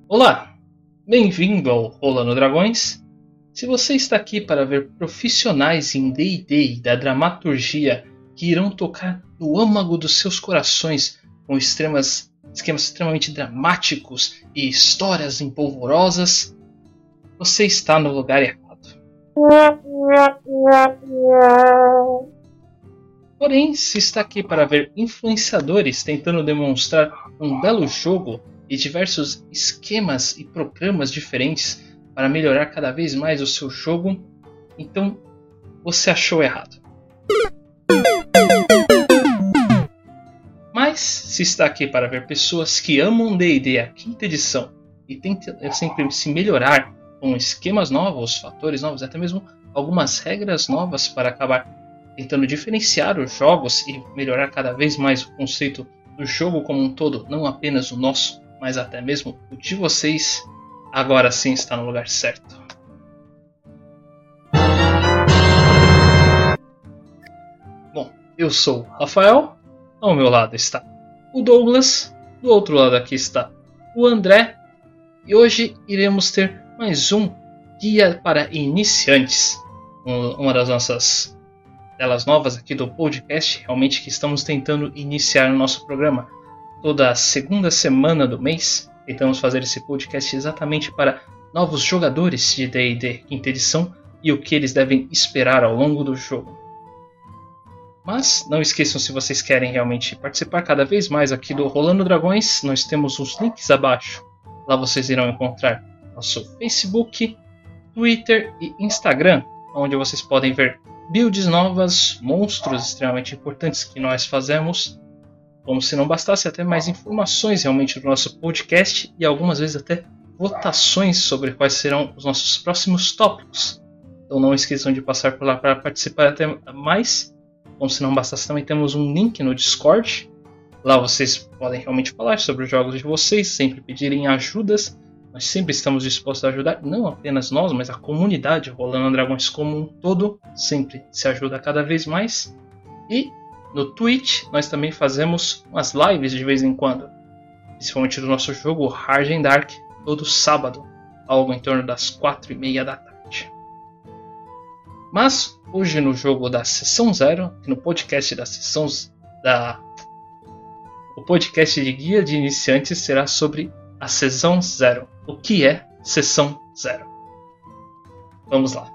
Olá, bem-vindo ao Rolando Dragões. Se você está aqui para ver profissionais em D&D e da dramaturgia que irão tocar no âmago dos seus corações com esquemas extremamente dramáticos e histórias empolvorosas, você está no lugar errado. Porém, se está aqui para ver influenciadores tentando demonstrar um belo jogo e diversos esquemas e programas diferentes para melhorar cada vez mais o seu jogo, então você achou errado. Mas se está aqui para ver pessoas que amam D&D a quinta edição e tentam sempre se melhorar com esquemas novos, fatores novos, até mesmo algumas regras novas para acabar tentando diferenciar os jogos e melhorar cada vez mais o conceito do jogo como um todo, não apenas o nosso, mas até mesmo o de vocês, agora sim está no lugar certo. Bom, eu sou o Rafael, ao meu lado está o Douglas, do outro lado aqui está o André, e hoje iremos ter mais um guia para iniciantes, uma das nossas telas novas aqui do podcast, realmente que estamos tentando iniciar o nosso programa. Toda a segunda semana do mês, tentamos fazer esse podcast exatamente para novos jogadores de D&D quinta edição e o que eles devem esperar ao longo do jogo. Mas não esqueçam, se vocês querem realmente participar cada vez mais aqui do Rolando Dragões, nós temos os links abaixo. Lá vocês irão encontrar nosso Facebook, Twitter e Instagram, onde vocês podem ver builds novas, monstros extremamente importantes que nós fazemos, como se não bastasse até mais informações realmente do nosso podcast e algumas vezes até votações sobre quais serão os nossos próximos tópicos. Então não esqueçam de passar por lá para participar até mais. Como se não bastasse, também temos um link no Discord. Lá vocês podem realmente falar sobre os jogos de vocês, sempre pedirem ajudas. Nós sempre estamos dispostos a ajudar, não apenas nós, mas a comunidade Rolando Dragões como um todo, sempre se ajuda cada vez mais. E no Twitch nós também fazemos umas lives de vez em quando, principalmente do nosso jogo Hard and Dark, todo sábado, algo em torno das 4:30 da tarde. Mas hoje no jogo da Sessão Zero, no podcast da Sessão o podcast de guia de iniciantes será sobre a Sessão Zero. O que é Sessão Zero? Vamos lá.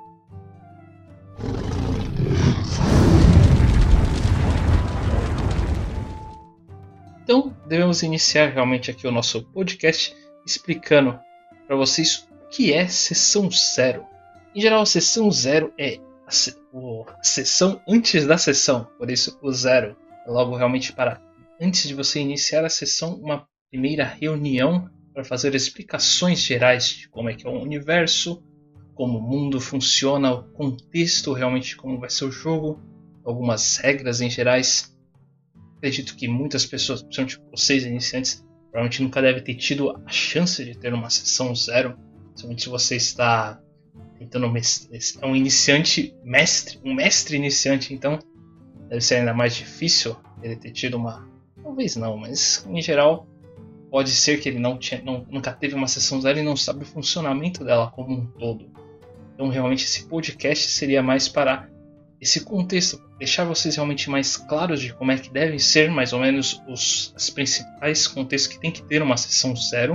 Então, devemos iniciar realmente aqui o nosso podcast explicando para vocês o que é Sessão Zero. Em geral, a Sessão Zero é a sessão antes da sessão, por isso o zero é logo realmente para antes de você iniciar a sessão, uma primeira reunião para fazer explicações gerais de como é que é o universo, como o mundo funciona, o contexto realmente como vai ser o jogo, algumas regras em gerais. Acredito que muitas pessoas, principalmente vocês iniciantes, provavelmente nunca devem ter tido a chance de ter uma sessão zero, principalmente se você está tentando é um iniciante mestre, um mestre iniciante, então deve ser ainda mais difícil ele ter tido uma, talvez não, mas em geral pode ser que ele nunca teve uma sessão zero e não sabe o funcionamento dela como um todo. Então realmente esse podcast seria mais para esse contexto, deixar vocês realmente mais claros de como é que devem ser mais ou menos os principais contextos que tem que ter uma sessão zero,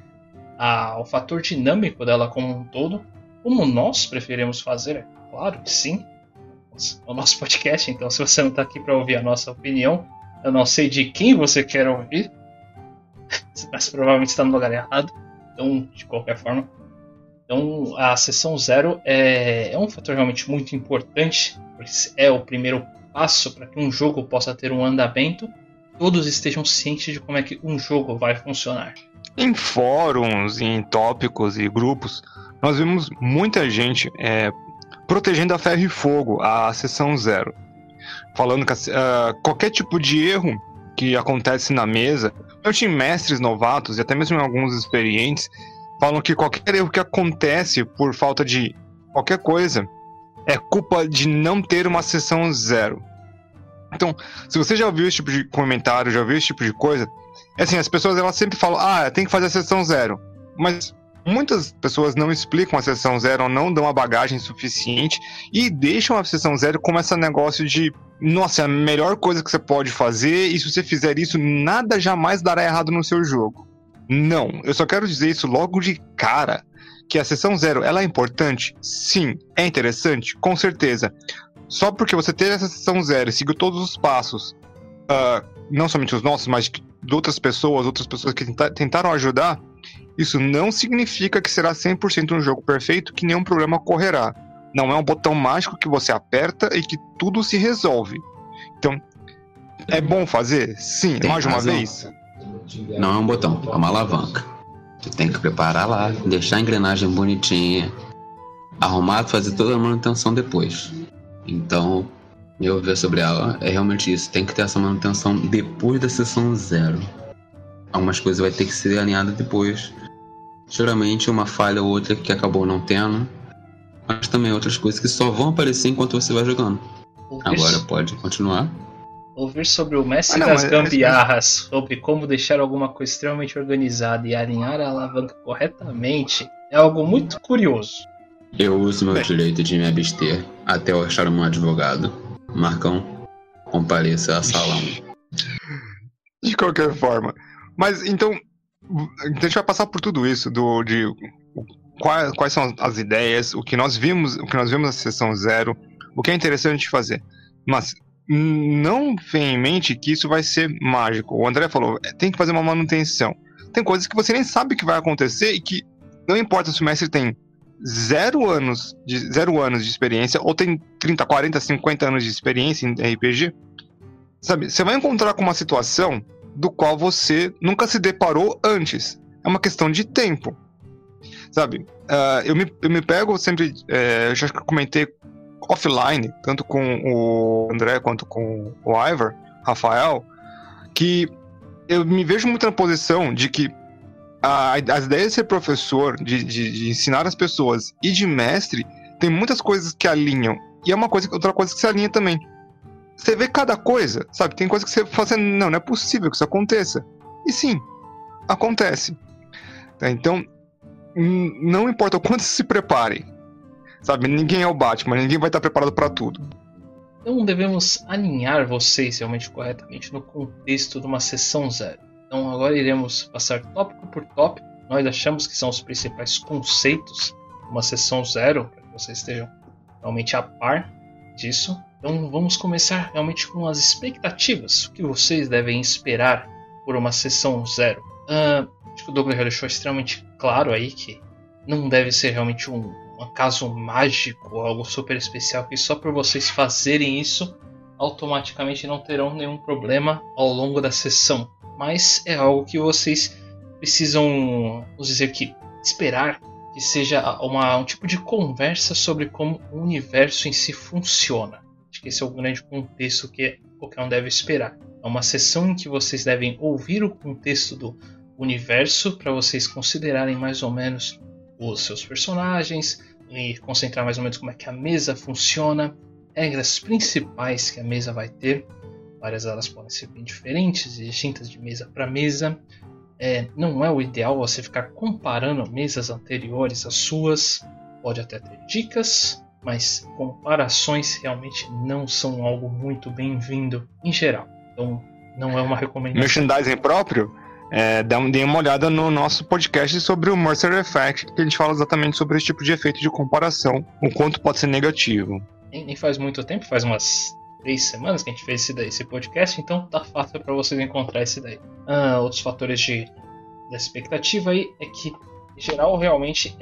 o fator dinâmico dela como um todo, como nós preferimos fazer, é claro que sim, é o nosso podcast, então se você não está aqui para ouvir a nossa opinião, eu não sei de quem você quer ouvir, mas provavelmente está no lugar errado, então de qualquer forma. Então a sessão zero é um fator realmente muito importante, porque é o primeiro passo para que um jogo possa ter um andamento, todos estejam cientes de como é que um jogo vai funcionar. Em fóruns, em tópicos e grupos, nós vimos muita gente protegendo a ferro e fogo a sessão zero, falando que qualquer tipo de erro que acontece na mesa, eu tinha mestres novatos e até mesmo alguns experientes, falam que qualquer erro que acontece por falta de qualquer coisa é culpa de não ter uma sessão zero. Então, se você já ouviu esse tipo de comentário, já ouviu esse tipo de coisa, é assim, as pessoas elas sempre falam, tem que fazer a sessão zero. mas muitas pessoas não explicam a sessão 0, não dão a bagagem suficiente e deixam a sessão 0 como esse negócio de nossa, é a melhor coisa que você pode fazer, e se você fizer isso, nada jamais dará errado no seu jogo. Não, eu só quero dizer isso logo de cara, que a sessão 0, ela é importante? Sim. É interessante? Com certeza. Só porque você teve essa sessão 0 e seguiu todos os passos, não somente os nossos, mas de outras pessoas que tentaram ajudar, isso não significa que será 100% um jogo perfeito, que nenhum problema ocorrerá. Não é um botão mágico que você aperta e que tudo se resolve. Então, é bom fazer? Sim, mais de uma vez. Não é um botão, é uma alavanca. Tu tem que preparar lá, deixar a engrenagem bonitinha, arrumar, fazer toda a manutenção depois. Então, meu ver sobre ela é realmente isso. Tem que ter essa manutenção depois da sessão 0. Algumas coisas vai ter que ser alinhadas depois. Geralmente uma falha ou outra que acabou não tendo, mas também outras coisas que só vão aparecer enquanto você vai jogando. Agora pode continuar. Ouvir sobre o mestre das gambiarras, sobre como deixar alguma coisa extremamente organizada e alinhar a alavanca corretamente, é algo muito curioso. Eu uso meu direito de me abster até eu achar um advogado. Marcão, compareça a salão. De qualquer forma. Mas então, a gente vai passar por tudo isso, quais são as ideias, o que nós vimos na sessão 0, o que é interessante de fazer. Mas não tenha em mente que isso vai ser mágico. O André falou, tem que fazer uma manutenção. Tem coisas que você nem sabe que vai acontecer e que não importa se o mestre tem 0 anos de experiência ou tem 30, 40, 50 anos de experiência em RPG. Sabe, você vai encontrar com uma situação do qual você nunca se deparou antes. É uma questão de tempo. Sabe, eu me pego sempre, eu já comentei offline, tanto com o André quanto com o Ivor, Rafael, que eu me vejo muito na posição de que as ideias de ser professor, de ensinar as pessoas e de mestre, tem muitas coisas que alinham. E é outra coisa que se alinha também. Você vê cada coisa, sabe? Tem coisa que você fala assim, não é possível que isso aconteça. E sim, acontece. Então, não importa o quanto se prepare, sabe? Ninguém é o Batman, ninguém vai estar preparado para tudo. Então devemos alinhar vocês realmente corretamente no contexto de uma sessão 0. Então agora iremos passar tópico por tópico. Nós achamos que são os principais conceitos de uma sessão 0, para que vocês estejam realmente a par disso. Então vamos começar realmente com as expectativas. O que vocês devem esperar por uma sessão 0. Acho que o Douglas já deixou extremamente claro aí que não deve ser realmente um caso mágico, algo super especial, que só por vocês fazerem isso, automaticamente não terão nenhum problema ao longo da sessão. Mas é algo que vocês precisam, vamos dizer que, esperar que seja um tipo de conversa sobre como o universo em si funciona. Acho que esse é o grande contexto que qualquer um deve esperar. É uma sessão em que vocês devem ouvir o contexto do universo para vocês considerarem mais ou menos os seus personagens e concentrar mais ou menos como é que a mesa funciona, regras principais que a mesa vai ter. Várias delas podem ser bem diferentes e distintas de mesa para mesa. Não é o ideal você ficar comparando mesas anteriores às suas. Pode até ter dicas, mas comparações realmente não são algo muito bem-vindo em geral. Então não é uma recomendação. Merchandising próprio? Dê uma olhada no nosso podcast sobre o Mercer Effect, que a gente fala exatamente sobre esse tipo de efeito de comparação, o quanto pode ser negativo. Nem faz muito tempo, faz umas 3 semanas que a gente fez esse podcast, então tá fácil para vocês encontrar esse daí. Outros fatores da expectativa aí é que, em geral, realmente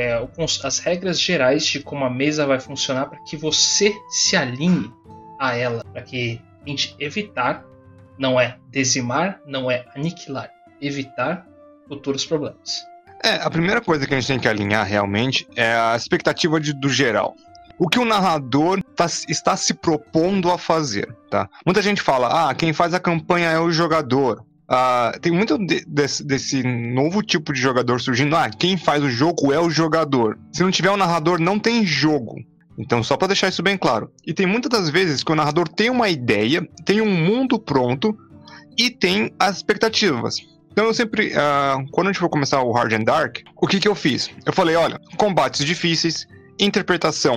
as regras gerais de como a mesa vai funcionar para que você se alinhe a ela, para que tente evitar, não é dizimar, não é aniquilar, evitar futuros problemas. A primeira coisa que a gente tem que alinhar realmente é a expectativa do geral. O que o narrador está se propondo a fazer, tá? Muita gente fala, quem faz a campanha é o jogador. Tem muito desse novo tipo de jogador surgindo, quem faz o jogo é o jogador. Se não tiver o narrador, não tem jogo. Então, só para deixar isso bem claro. E tem muitas das vezes que o narrador tem uma ideia, tem um mundo pronto e tem as expectativas. Então eu sempre, quando a gente for começar o Hard and Dark, o que eu fiz? Eu falei, olha, combates difíceis, interpretação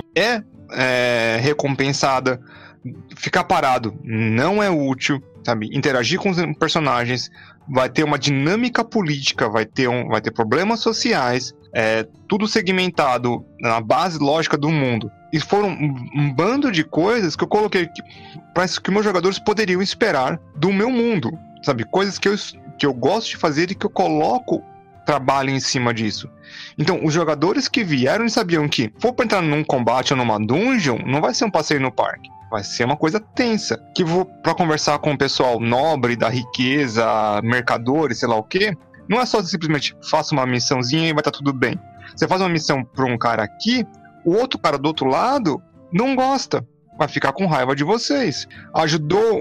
é recompensada, ficar parado não é útil, sabe? Interagir com os personagens, vai ter uma dinâmica política, vai ter problemas sociais, tudo segmentado na base lógica do mundo. E foram um bando de coisas que eu coloquei que meus jogadores poderiam esperar do meu mundo, sabe? Coisas que eu gosto de fazer e que eu coloco trabalho em cima disso. Então, os jogadores que vieram sabiam que for para entrar num combate ou numa dungeon, não vai ser um passeio no parque. Vai ser uma coisa tensa. Que vou para conversar com o pessoal nobre da riqueza, mercadores, sei lá o quê. Não é só simplesmente faça uma missãozinha e vai estar tudo bem. Você faz uma missão para um cara aqui, o outro cara do outro lado não gosta. Vai ficar com raiva de vocês. Ajudou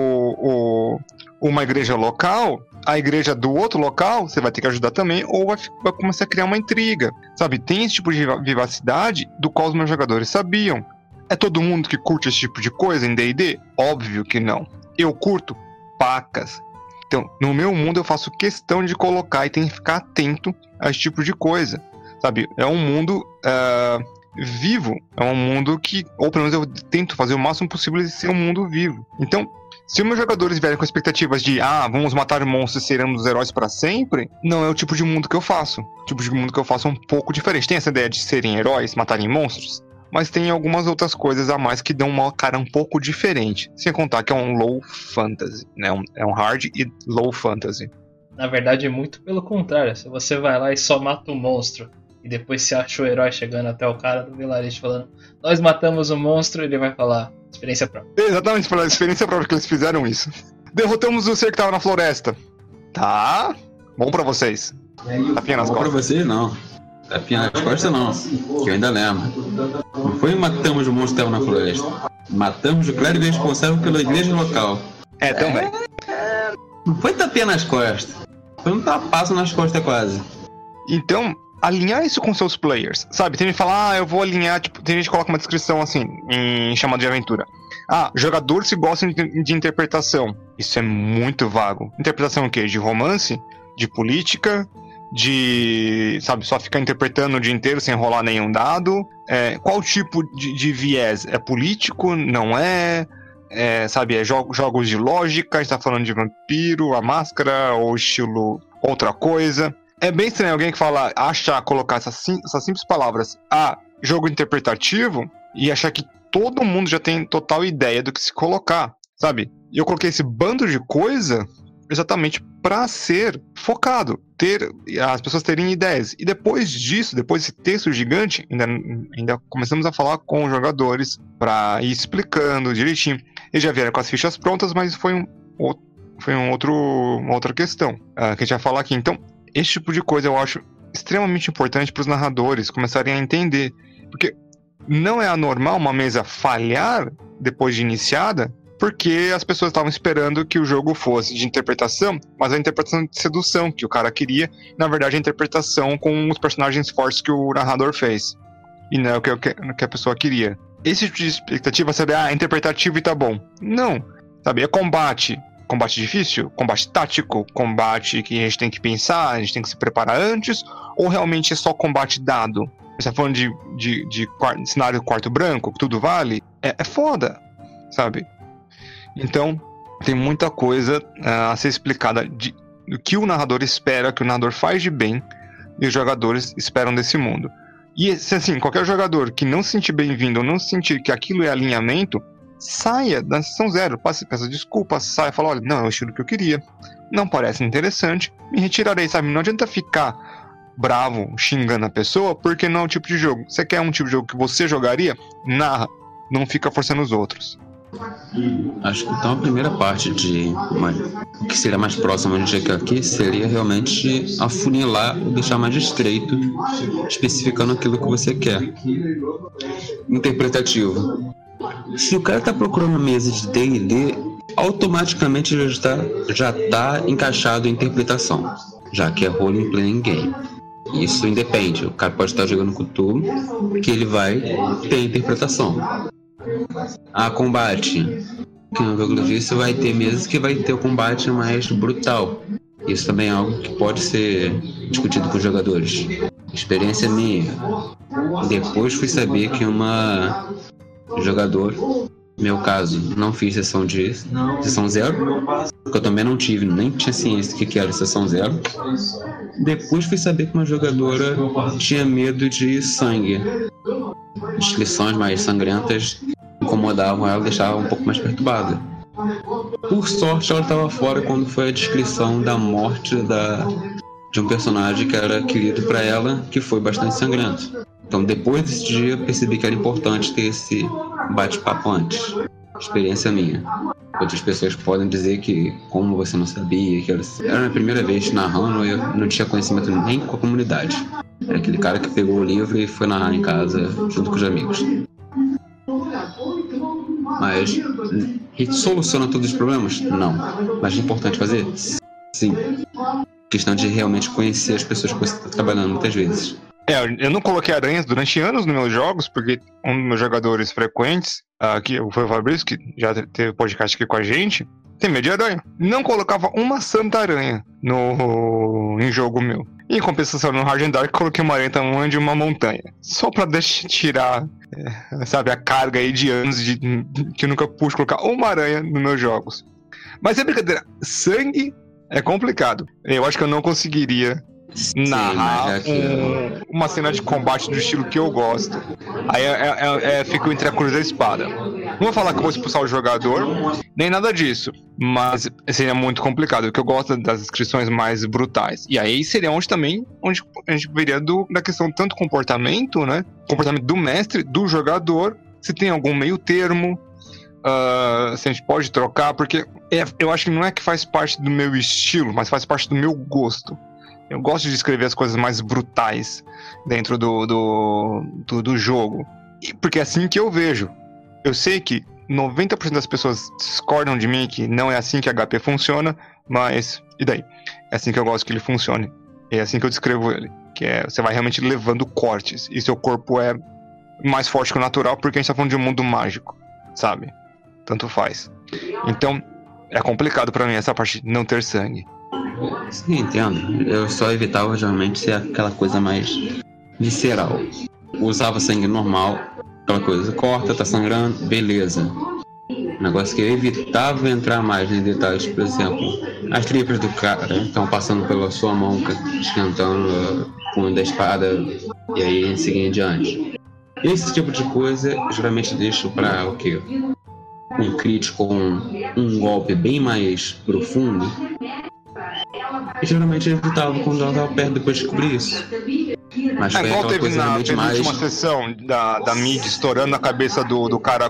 uma igreja local, a igreja do outro local, você vai ter que ajudar também, ou vai começar a criar uma intriga. Sabe, tem esse tipo de vivacidade do qual os meus jogadores sabiam. É todo mundo que curte esse tipo de coisa em D&D? Óbvio que não. Eu curto pacas. Então, no meu mundo eu faço questão de colocar e tem que ficar atento a esse tipo de coisa. Sabe, é um mundo vivo. É um mundo que, ou pelo menos eu tento fazer o máximo possível de ser um mundo vivo. Então, se os meus jogadores vierem com expectativas de vamos matar monstros e seremos heróis para sempre, não é o tipo de mundo que eu faço. O tipo de mundo que eu faço é um pouco diferente. Tem essa ideia de serem heróis, matarem monstros, mas tem algumas outras coisas a mais que dão uma cara um pouco diferente. Sem contar que é um low fantasy, né? É um hard e low fantasy. Na verdade é muito pelo contrário. Se você vai lá e só mata o monstro e depois você acha o herói chegando até o cara do vilarejo falando nós matamos o monstro, ele vai falar experiência própria. Exatamente, pela experiência própria que eles fizeram isso. Derrotamos o ser que tava na floresta. Tá, bom pra vocês. Tapinha nas costas. Bom pra vocês não. Tapinha nas costas não, que eu ainda lembro. Não foi matamos o monstro que tava na floresta. Matamos o clérigo responsável pela igreja local. Também. Não foi tapinha nas costas. Foi um tapaço nas costas quase. Então, alinhar isso com seus players, sabe? Tem gente que fala, eu vou alinhar, tipo, tem gente que coloca uma descrição assim, em chamada de aventura. Jogadores que gostam de interpretação. Isso é muito vago. Interpretação o quê? De romance? De política? De, sabe, só ficar interpretando o dia inteiro sem rolar nenhum dado? Qual tipo de viés? É político? Não é? Sabe, jogos de lógica, a gente tá falando de vampiro, a máscara, ou estilo outra coisa. É bem estranho alguém que colocar essas simples palavras, jogo interpretativo, e achar que todo mundo já tem total ideia do que se colocar, sabe? E eu coloquei esse bando de coisa exatamente para ser focado, as pessoas terem ideias. E depois disso, depois desse texto gigante, ainda começamos a falar com os jogadores para ir explicando direitinho. Eles já vieram com as fichas prontas, mas foi uma outra questão que a gente vai falar aqui. Então, esse tipo de coisa eu acho extremamente importante para os narradores começarem a entender. Porque não é anormal uma mesa falhar depois de iniciada, porque as pessoas estavam esperando que o jogo fosse de interpretação, mas a interpretação de sedução que o cara queria, na verdade a interpretação com os personagens fortes que o narrador fez. E não é o que a pessoa queria. Esse tipo de expectativa, sabe, é interpretativo e tá bom. Não, sabe, é combate. Combate difícil? Combate tático? Combate que a gente tem que pensar, a gente tem que se preparar antes? Ou realmente é só combate dado? Você tá falando de cenário quarto branco, que tudo vale? É foda, sabe? Então, tem muita coisa a ser explicada do que o narrador espera, que o narrador faz de bem, e os jogadores esperam desse mundo. E, se assim, qualquer jogador que não se sentir bem-vindo ou não sentir que aquilo é alinhamento, saia da sessão 0, peça desculpas, saia e fala, olha, não é o estilo que eu queria, não parece interessante, me retirarei, sabe? Não adianta ficar bravo, xingando a pessoa, porque não é o tipo de jogo. Você quer um tipo de jogo que você jogaria? Narra, não fica forçando os outros. Acho que então a primeira parte o que seria mais próximo a gente aqui seria realmente afunilar ou deixar mais estreito, especificando aquilo que você quer. Interpretativo. Se o cara tá procurando mesa de D&D, automaticamente já tá encaixado em interpretação, já que é role playing game. Isso independe, o cara pode estar jogando Cthulhu, que ele vai ter interpretação. Combate. Que no jogo disso vai ter mesas que vai ter o combate mais brutal. Isso também é algo que pode ser discutido com os jogadores. Experiência minha. Depois fui saber que uma jogador, no meu caso, não fiz sessão 0, porque eu também não tive, nem tinha ciência do que era sessão 0. Depois fui saber que uma jogadora tinha medo de sangue. Descrições mais sangrentas incomodavam ela, deixavam um pouco mais perturbada. Por sorte, ela estava fora quando foi a descrição da morte de um personagem que era querido para ela, que foi bastante sangrento. Então, depois desse dia, eu percebi que era importante ter esse bate-papo antes. Experiência minha. Outras pessoas podem dizer que, como você não sabia, que era a minha primeira vez narrando, eu não tinha conhecimento nem com a comunidade. Era aquele cara que pegou o livro e foi narrar em casa, junto com os amigos. Mas soluciona todos os problemas? Não. Mas é importante fazer? Sim. Questão de realmente conhecer as pessoas que você está trabalhando muitas vezes. Eu não coloquei aranhas durante anos nos meus jogos, porque um dos meus jogadores frequentes, que foi o Fabrício, que já teve podcast aqui com a gente, tem medo de aranha. Não colocava uma santa aranha em jogo meu. Em compensação, no Hard and Dark, coloquei uma aranha tamanho de uma montanha. Só pra tirar, sabe, a carga aí de anos que eu nunca pude colocar uma aranha nos meus jogos. Mas é brincadeira. Sangue é complicado. Eu acho que eu não conseguiria narrar uma cena de combate do estilo que eu gosto. Aí fico entre a cruz e a espada. Não vou falar que eu vou expulsar o jogador, nem nada disso, mas seria muito complicado, porque eu gosto das descrições mais brutais. E aí seria onde a gente veria da questão tanto comportamento, né? Comportamento do mestre, do jogador, se tem algum meio termo, se a gente pode trocar, porque eu acho que não é que faz parte do meu estilo, mas faz parte do meu gosto. Eu gosto de escrever as coisas mais brutais dentro do jogo. Porque é assim que eu vejo. Eu sei que 90% das pessoas discordam de mim, que não é assim que HP funciona, mas e daí? É assim que eu gosto que ele funcione. É assim que eu descrevo ele. Que você vai realmente levando cortes. E seu corpo é mais forte que o natural, porque a gente tá falando de um mundo mágico, sabe? Tanto faz. Então, é complicado pra mim essa parte de não ter sangue. Sim, entendo. Eu só evitava geralmente ser aquela coisa mais visceral. Usava sangue normal, aquela coisa, corta, tá sangrando, beleza. Negócio que eu evitava entrar mais em detalhes, por exemplo, as tripas do cara estão passando pela sua mão, esquentando o punho da espada, e aí seguir em diante. Esse tipo de coisa eu geralmente deixo pra o quê? Um crítico com um golpe bem mais profundo. E geralmente eu evitava quando ela estava perto depois de descobrir isso. Mas foi igual aquela teve coisa realmente na mais... última sessão da mid estourando a cabeça do cara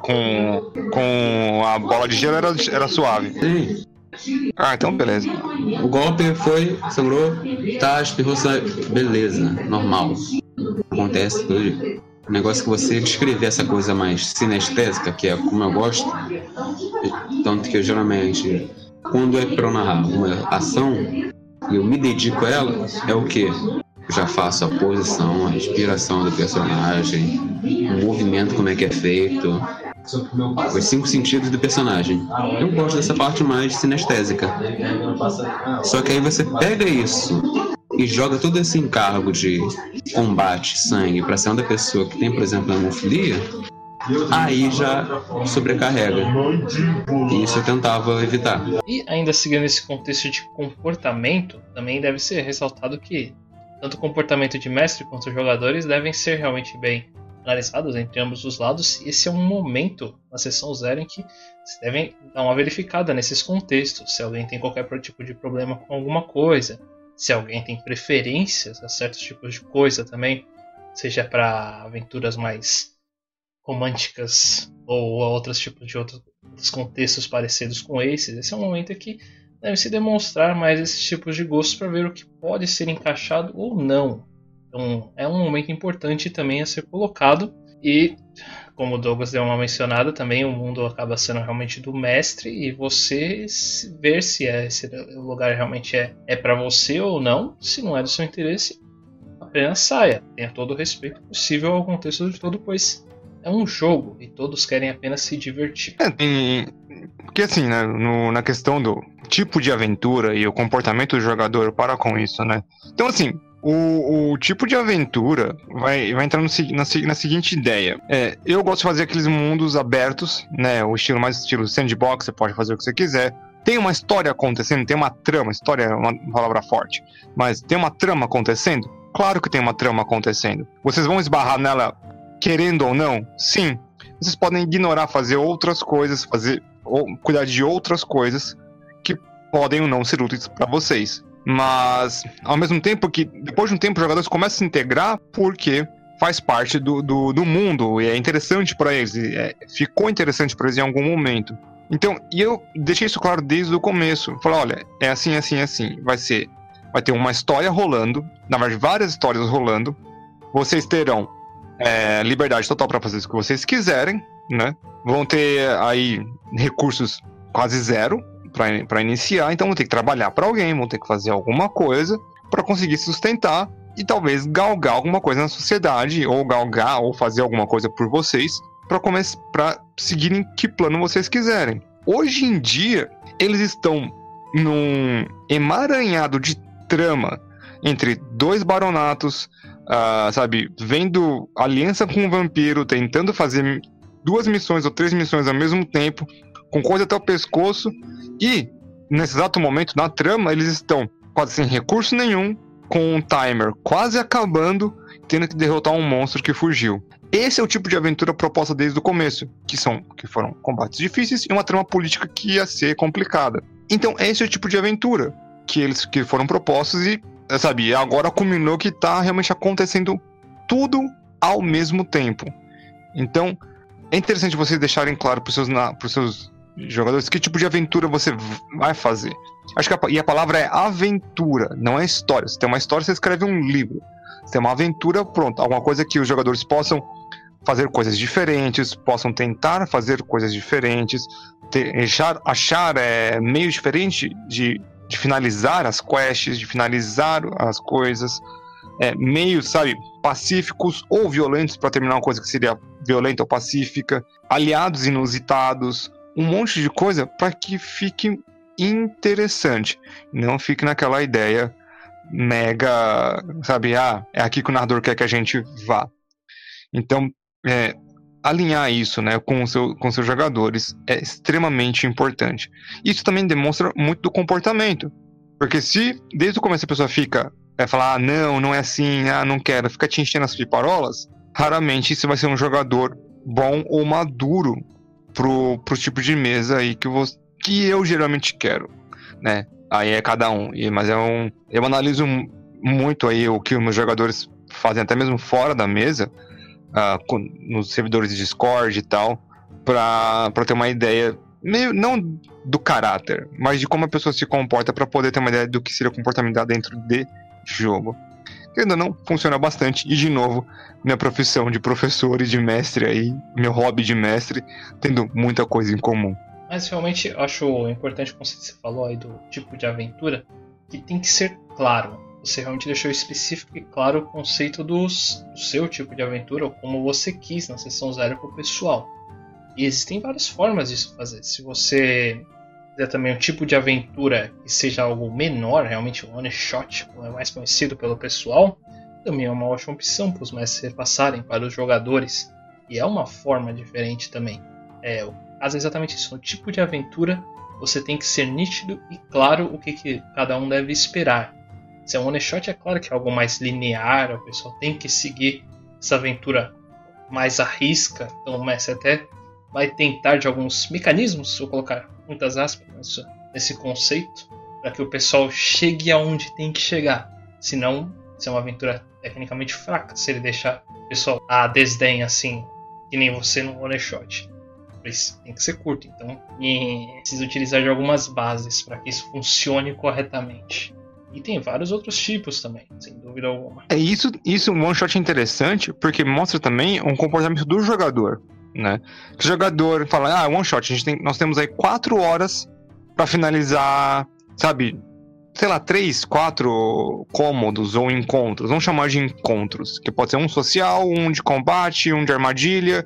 com a bola de gelo, era suave. Sim. Então beleza. O golpe foi, sangrou, tá, espirrou sangue, beleza, normal. Acontece tudo. O negócio que você descrever essa coisa mais sinestésica, que é como eu gosto, tanto que eu geralmente, quando é pra eu narrar uma ação e eu me dedico a ela, é o quê? Eu já faço a posição, a respiração do personagem, o movimento, como é que é feito, os 5 sentidos do personagem. Eu gosto dessa parte mais sinestésica. Só que aí você pega isso e joga todo esse encargo de combate, sangue, pra cima da pessoa que tem, por exemplo, hemofilia, aí já sobrecarrega. E isso eu tentava evitar. E ainda seguindo esse contexto de comportamento, também deve ser ressaltado que tanto o comportamento de mestre quanto os jogadores devem ser realmente bem analisados entre ambos os lados. E esse é um momento na sessão 0 em que vocês devem dar uma verificada nesses contextos. Se alguém tem qualquer tipo de problema com alguma coisa, se alguém tem preferências a certos tipos de coisa também, seja para aventuras mais românticas ou a outros tipos de outros contextos parecidos com esses. Esse é um momento em que deve se demonstrar mais esses tipos de gostos para ver o que pode ser encaixado ou não. Então é um momento importante também a ser colocado. E como o Douglas deu uma mencionada, também o mundo acaba sendo realmente do mestre, e você ver se esse lugar realmente é para você ou não. Se não é do seu interesse, apenas saia. Tenha todo o respeito possível ao contexto de todo, pois é um jogo e todos querem apenas se divertir. Porque assim, né, na questão do tipo de aventura e o comportamento do jogador para com isso, né? Então assim, o tipo de aventura vai entrar na seguinte ideia. Eu gosto de fazer aqueles mundos abertos, né? O estilo mais estilo sandbox, você pode fazer o que você quiser. Tem uma história acontecendo, tem uma trama. História é uma palavra forte, mas tem uma trama acontecendo? Claro que tem uma trama acontecendo. Vocês vão esbarrar nela querendo ou não? Sim. Vocês podem ignorar, fazer outras coisas, ou cuidar de outras coisas que podem ou não ser úteis para vocês. Mas, ao mesmo tempo que, depois de um tempo, os jogadores começam a se integrar porque faz parte do mundo e é interessante para eles, ficou interessante para eles em algum momento. Então, e eu deixei isso claro desde o começo. Falei, olha, é assim, assim, assim. Vai ter uma história rolando, na verdade, várias histórias rolando. Vocês terão liberdade total para fazer o que vocês quiserem, né? Vão ter aí recursos quase zero para iniciar, então vão ter que trabalhar para alguém, vão ter que fazer alguma coisa para conseguir se sustentar e talvez galgar alguma coisa na sociedade, ou fazer alguma coisa por vocês para seguirem que plano vocês quiserem. Hoje em dia, eles estão num emaranhado de trama entre dois baronatos, sabe, vendo aliança com um vampiro, tentando fazer 2 missões ou 3 missões ao mesmo tempo, com coisa até o pescoço, e nesse exato momento, na trama, eles estão quase sem recurso nenhum, com um timer quase acabando, tendo que derrotar um monstro que fugiu. Esse é o tipo de aventura proposta desde o começo, que foram combates difíceis e uma trama política que ia ser complicada. Então, esse é o tipo de aventura que foram propostos e, sabe, agora culminou que tá realmente acontecendo tudo ao mesmo tempo. Então, é interessante vocês deixarem claro pros seus jogadores que tipo de aventura você vai fazer. Acho que a palavra é aventura, não é história. Se tem uma história, você escreve um livro. Se tem uma aventura, pronto, alguma coisa que os jogadores possam fazer coisas diferentes, possam tentar fazer coisas diferentes, achar meios diferentes de finalizar as quests, de finalizar as coisas, meios, sabe, pacíficos ou violentos para terminar uma coisa que seria violenta ou pacífica, aliados inusitados, um monte de coisa para que fique interessante, não fique naquela ideia mega, sabe, é aqui que o narrador quer que a gente vá. Então, alinhar isso, né, com seus jogadores é extremamente importante. Isso também demonstra muito do comportamento, porque se desde o começo a pessoa vai falar, não é assim, não quero, fica te enchendo as piparolas, raramente isso vai ser um jogador bom ou maduro pro tipo de mesa aí que eu geralmente quero, né? Aí é cada um, mas eu analiso muito aí o que os meus jogadores fazem, até mesmo fora da mesa, nos servidores de Discord e tal, pra ter uma ideia, meio, não do caráter, mas de como a pessoa se comporta pra poder ter uma ideia do que seria o comportamento dentro de jogo. Que ainda não funciona bastante, e de novo, minha profissão de professor e de mestre aí, meu hobby de mestre, tendo muita coisa em comum. Mas realmente eu acho importante, como você falou aí do tipo de aventura, que tem que ser claro. Você realmente deixou específico e claro o conceito do seu tipo de aventura, ou como você quis na sessão 0 para o pessoal. E existem várias formas disso fazer. Se você quiser também um tipo de aventura que seja algo menor, realmente um one shot, como é mais conhecido pelo pessoal, também é uma ótima opção para os mestres repassarem para os jogadores. E é uma forma diferente também. Caso é exatamente isso, no tipo de aventura você tem que ser nítido e claro o que cada um deve esperar. Se é um one shot, é claro que é algo mais linear, o pessoal tem que seguir essa aventura mais à risca, então o mestre até vai tentar de alguns mecanismos, vou colocar muitas aspas nesse conceito, para que o pessoal chegue aonde tem que chegar. Senão, se é uma aventura tecnicamente fraca, se ele deixar o pessoal a desdém assim, que nem você no one shot. Tem que ser curto, então precisa utilizar de algumas bases para que isso funcione corretamente. E tem vários outros tipos também, sem dúvida alguma. Isso um one shot é interessante, porque mostra também um comportamento do jogador, né? O jogador fala, one shot, nós temos aí 4 horas para finalizar, sabe, sei lá, 3, 4 cômodos ou encontros, vamos chamar de encontros, que pode ser um social, um de combate, um de armadilha,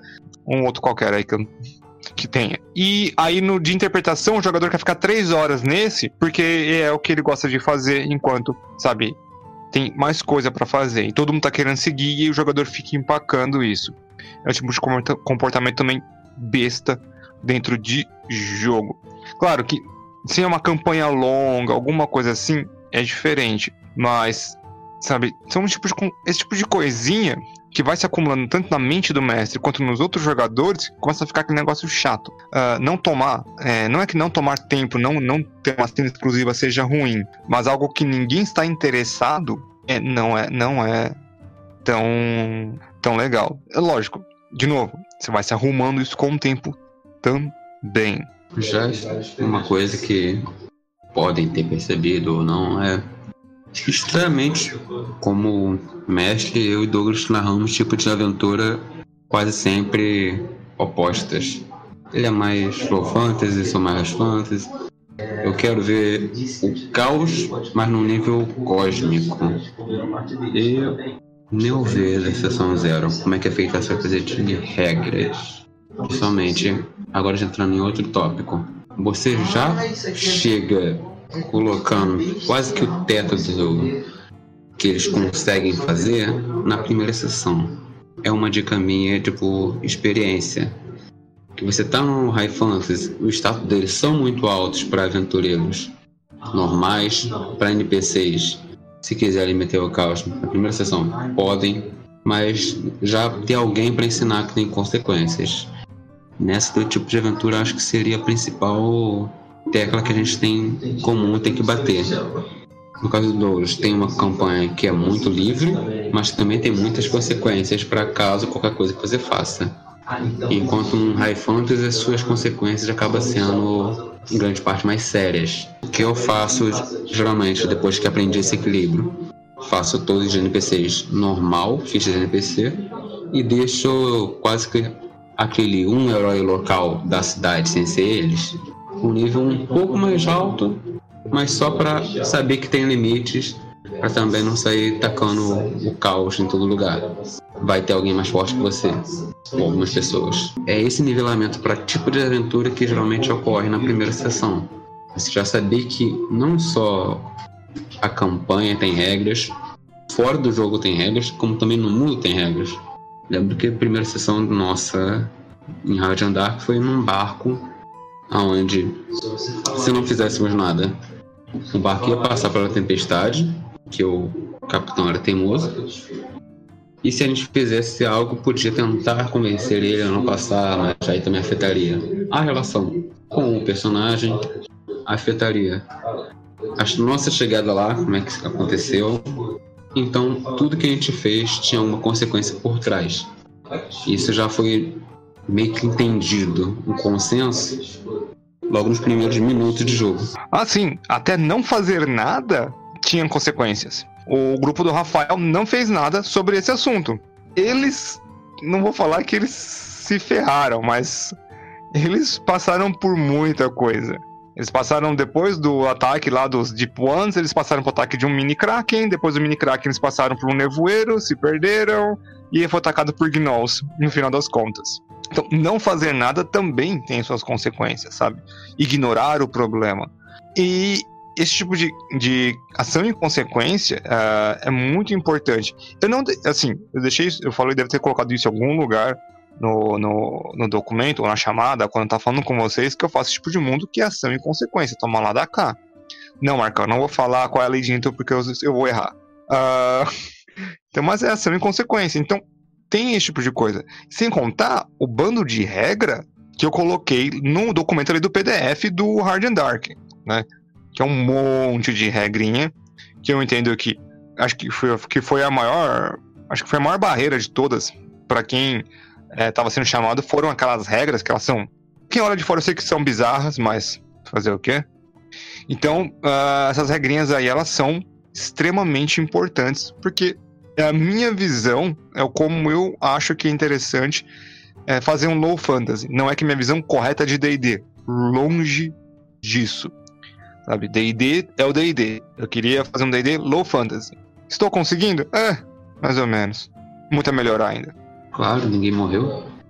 um outro qualquer aí que tenha. E aí no de interpretação, o jogador quer ficar 3 horas nesse, porque é o que ele gosta de fazer enquanto, sabe, tem mais coisa pra fazer. E todo mundo tá querendo seguir e o jogador fica empacando isso. É o tipo de comportamento também besta dentro de jogo. Claro que se é uma campanha longa, alguma coisa assim, é diferente. Mas, sabe, são esse tipo de coisinha que vai se acumulando tanto na mente do mestre quanto nos outros jogadores, começa a ficar aquele negócio chato. Não é que não tomar tempo, não ter uma cena exclusiva seja ruim, mas algo que ninguém está interessado não é tão legal. É lógico, de novo, você vai se arrumando isso com o tempo também. Já uma coisa que podem ter percebido ou não é estranhamente, como mestre, eu e Douglas narramos tipos de aventura quase sempre opostas. Ele é mais low fantasy, sou mais fantasy. Eu quero ver o caos, mas num nível cósmico. E meu ver da sessão 0, como é que é feita essa coisa de regras. Principalmente, agora já entrando em outro tópico. Você já chega colocando quase que o teto do que eles conseguem fazer na primeira sessão. É uma dica minha, tipo, experiência. Que você tá no High Fantasy, o status deles são muito altos para aventureiros normais, para NPCs. Se quiserem meter o caos na primeira sessão, podem, mas já ter alguém para ensinar que tem consequências. Nesse tipo de aventura, acho que seria a principal tecla que a gente tem em comum, tem que bater. No caso do Douglas, tem uma campanha que é muito livre, mas também tem muitas consequências para caso qualquer coisa que você faça. Enquanto um High Fantasy, as suas consequências acabam sendo, em grande parte, mais sérias. O que eu faço, geralmente, depois que aprendi esse equilíbrio? Faço todos os NPCs normal, fichas de NPC, e deixo quase que aquele um herói local da cidade, sem ser eles, um nível um pouco mais alto, mas só para saber que tem limites, para também não sair tacando o caos em todo lugar. Vai ter alguém mais forte que você, ou algumas pessoas. É esse nivelamento para tipo de aventura que geralmente ocorre na primeira sessão. Você já saber que não só a campanha tem regras, fora do jogo tem regras, como também no mundo tem regras. Lembro que a primeira sessão nossa em Radiant Dark foi num barco onde, se não fizéssemos nada, o barco ia passar pela tempestade, que o capitão era teimoso, e se a gente fizesse algo, podia tentar convencer ele a não passar, mas aí também afetaria a relação com o personagem, afetaria a nossa chegada lá, como é que aconteceu. Então, tudo que a gente fez tinha uma consequência por trás. Isso já foi meio que entendido, um consenso, logo nos primeiros minutos de jogo. Assim, até não fazer nada tinha consequências. O grupo do Rafael não fez nada sobre esse assunto. Eles, não vou falar que eles se ferraram, mas eles passaram por muita coisa. Eles passaram depois do ataque lá dos Deep Ones, eles passaram pro ataque de um mini Kraken, depois do mini Kraken eles passaram por um nevoeiro, se perderam, e foi atacado por Gnolls, no final das contas. Então, não fazer nada também tem suas consequências, sabe? Ignorar o problema. E esse tipo de ação em consequência é muito importante. Eu falei, deve ter colocado isso em algum lugar no documento ou na chamada, quando tá falando com vocês, que eu faço esse tipo de mundo que é ação em consequência, toma lá da cá. Não, Marcão, não vou falar qual é a lei de Newton porque eu vou errar. Então, mas é ação em consequência. Então, tem esse tipo de coisa. Sem contar o bando de regra que eu coloquei no documento ali do PDF do Hard and Dark, né? Que é um monte de regrinha que eu entendo que acho que foi a maior barreira de todas para quem estava sendo chamado, foram aquelas regras que elas são, quem olha de fora eu sei que são bizarras, mas fazer o quê? Então essas regrinhas aí, elas são extremamente importantes, porque é a minha visão, é como eu acho que é interessante fazer um low fantasy. Não é que minha visão correta de D&D, longe disso. Sabe, D&D é o D&D. Eu queria fazer um D&D low fantasy. Estou conseguindo? Mais ou menos. Muito a melhorar ainda. Claro, ninguém morreu.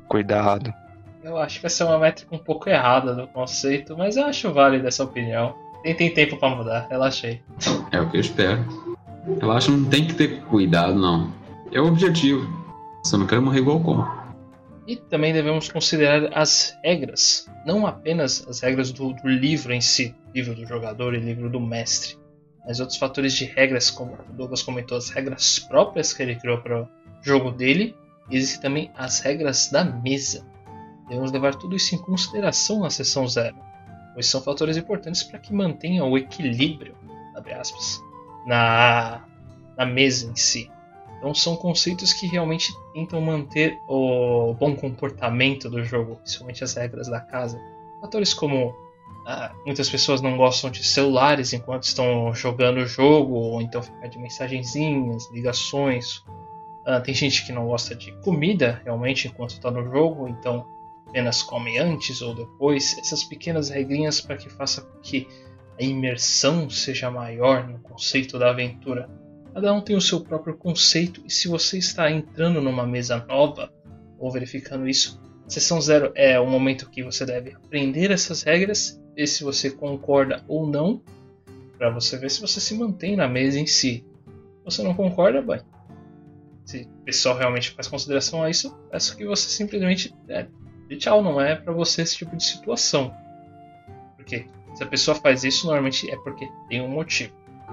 Cuidado. Eu acho que essa é uma métrica um pouco errada do conceito, mas eu acho válida essa opinião. Tem tempo pra mudar, relaxei. É o que eu espero. Eu acho que não tem que ter cuidado, não. É o objetivo. Só não quero morrer igual como. E também devemos considerar as regras, não apenas as regras do livro em si, livro do jogador e livro do mestre, mas outros fatores de regras, como o Douglas comentou, as regras próprias que ele criou para o jogo dele, e existem também as regras da mesa. Devemos levar tudo isso em consideração na sessão 0, pois são fatores importantes para que mantenha o equilíbrio, abre aspas, na mesa em si. Então são conceitos que realmente tentam manter o bom comportamento do jogo, principalmente as regras da casa. Fatores como muitas pessoas não gostam de celulares enquanto estão jogando o jogo, ou então ficar de mensagenzinhas, ligações. Tem gente que não gosta de comida realmente enquanto está no jogo, então apenas come antes ou depois. Essas pequenas regrinhas para que faça com que a imersão seja maior no conceito da aventura. Cada um tem o seu próprio conceito, e se você está entrando numa mesa nova ou verificando isso, a sessão 0 é o momento que você deve aprender essas regras, ver se você concorda ou não, para você ver se você se mantém na mesa em si. Se você não concorda, bem, se o pessoal realmente faz consideração a isso, peço que você simplesmente dê tchau, não é para você esse tipo de situação. Porque se a pessoa faz isso, normalmente é porque tem um motivo.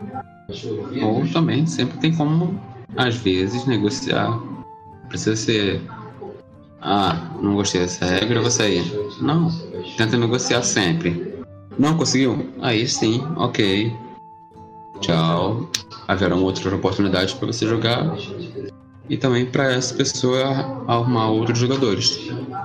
Ou também sempre tem como, às vezes, negociar. Não precisa ser... não gostei dessa regra, eu vou sair. Não, tenta negociar sempre. Não conseguiu? Aí sim, ok. Tchau. Haverão outras oportunidades para você jogar. E também para essa pessoa arrumar outros jogadores.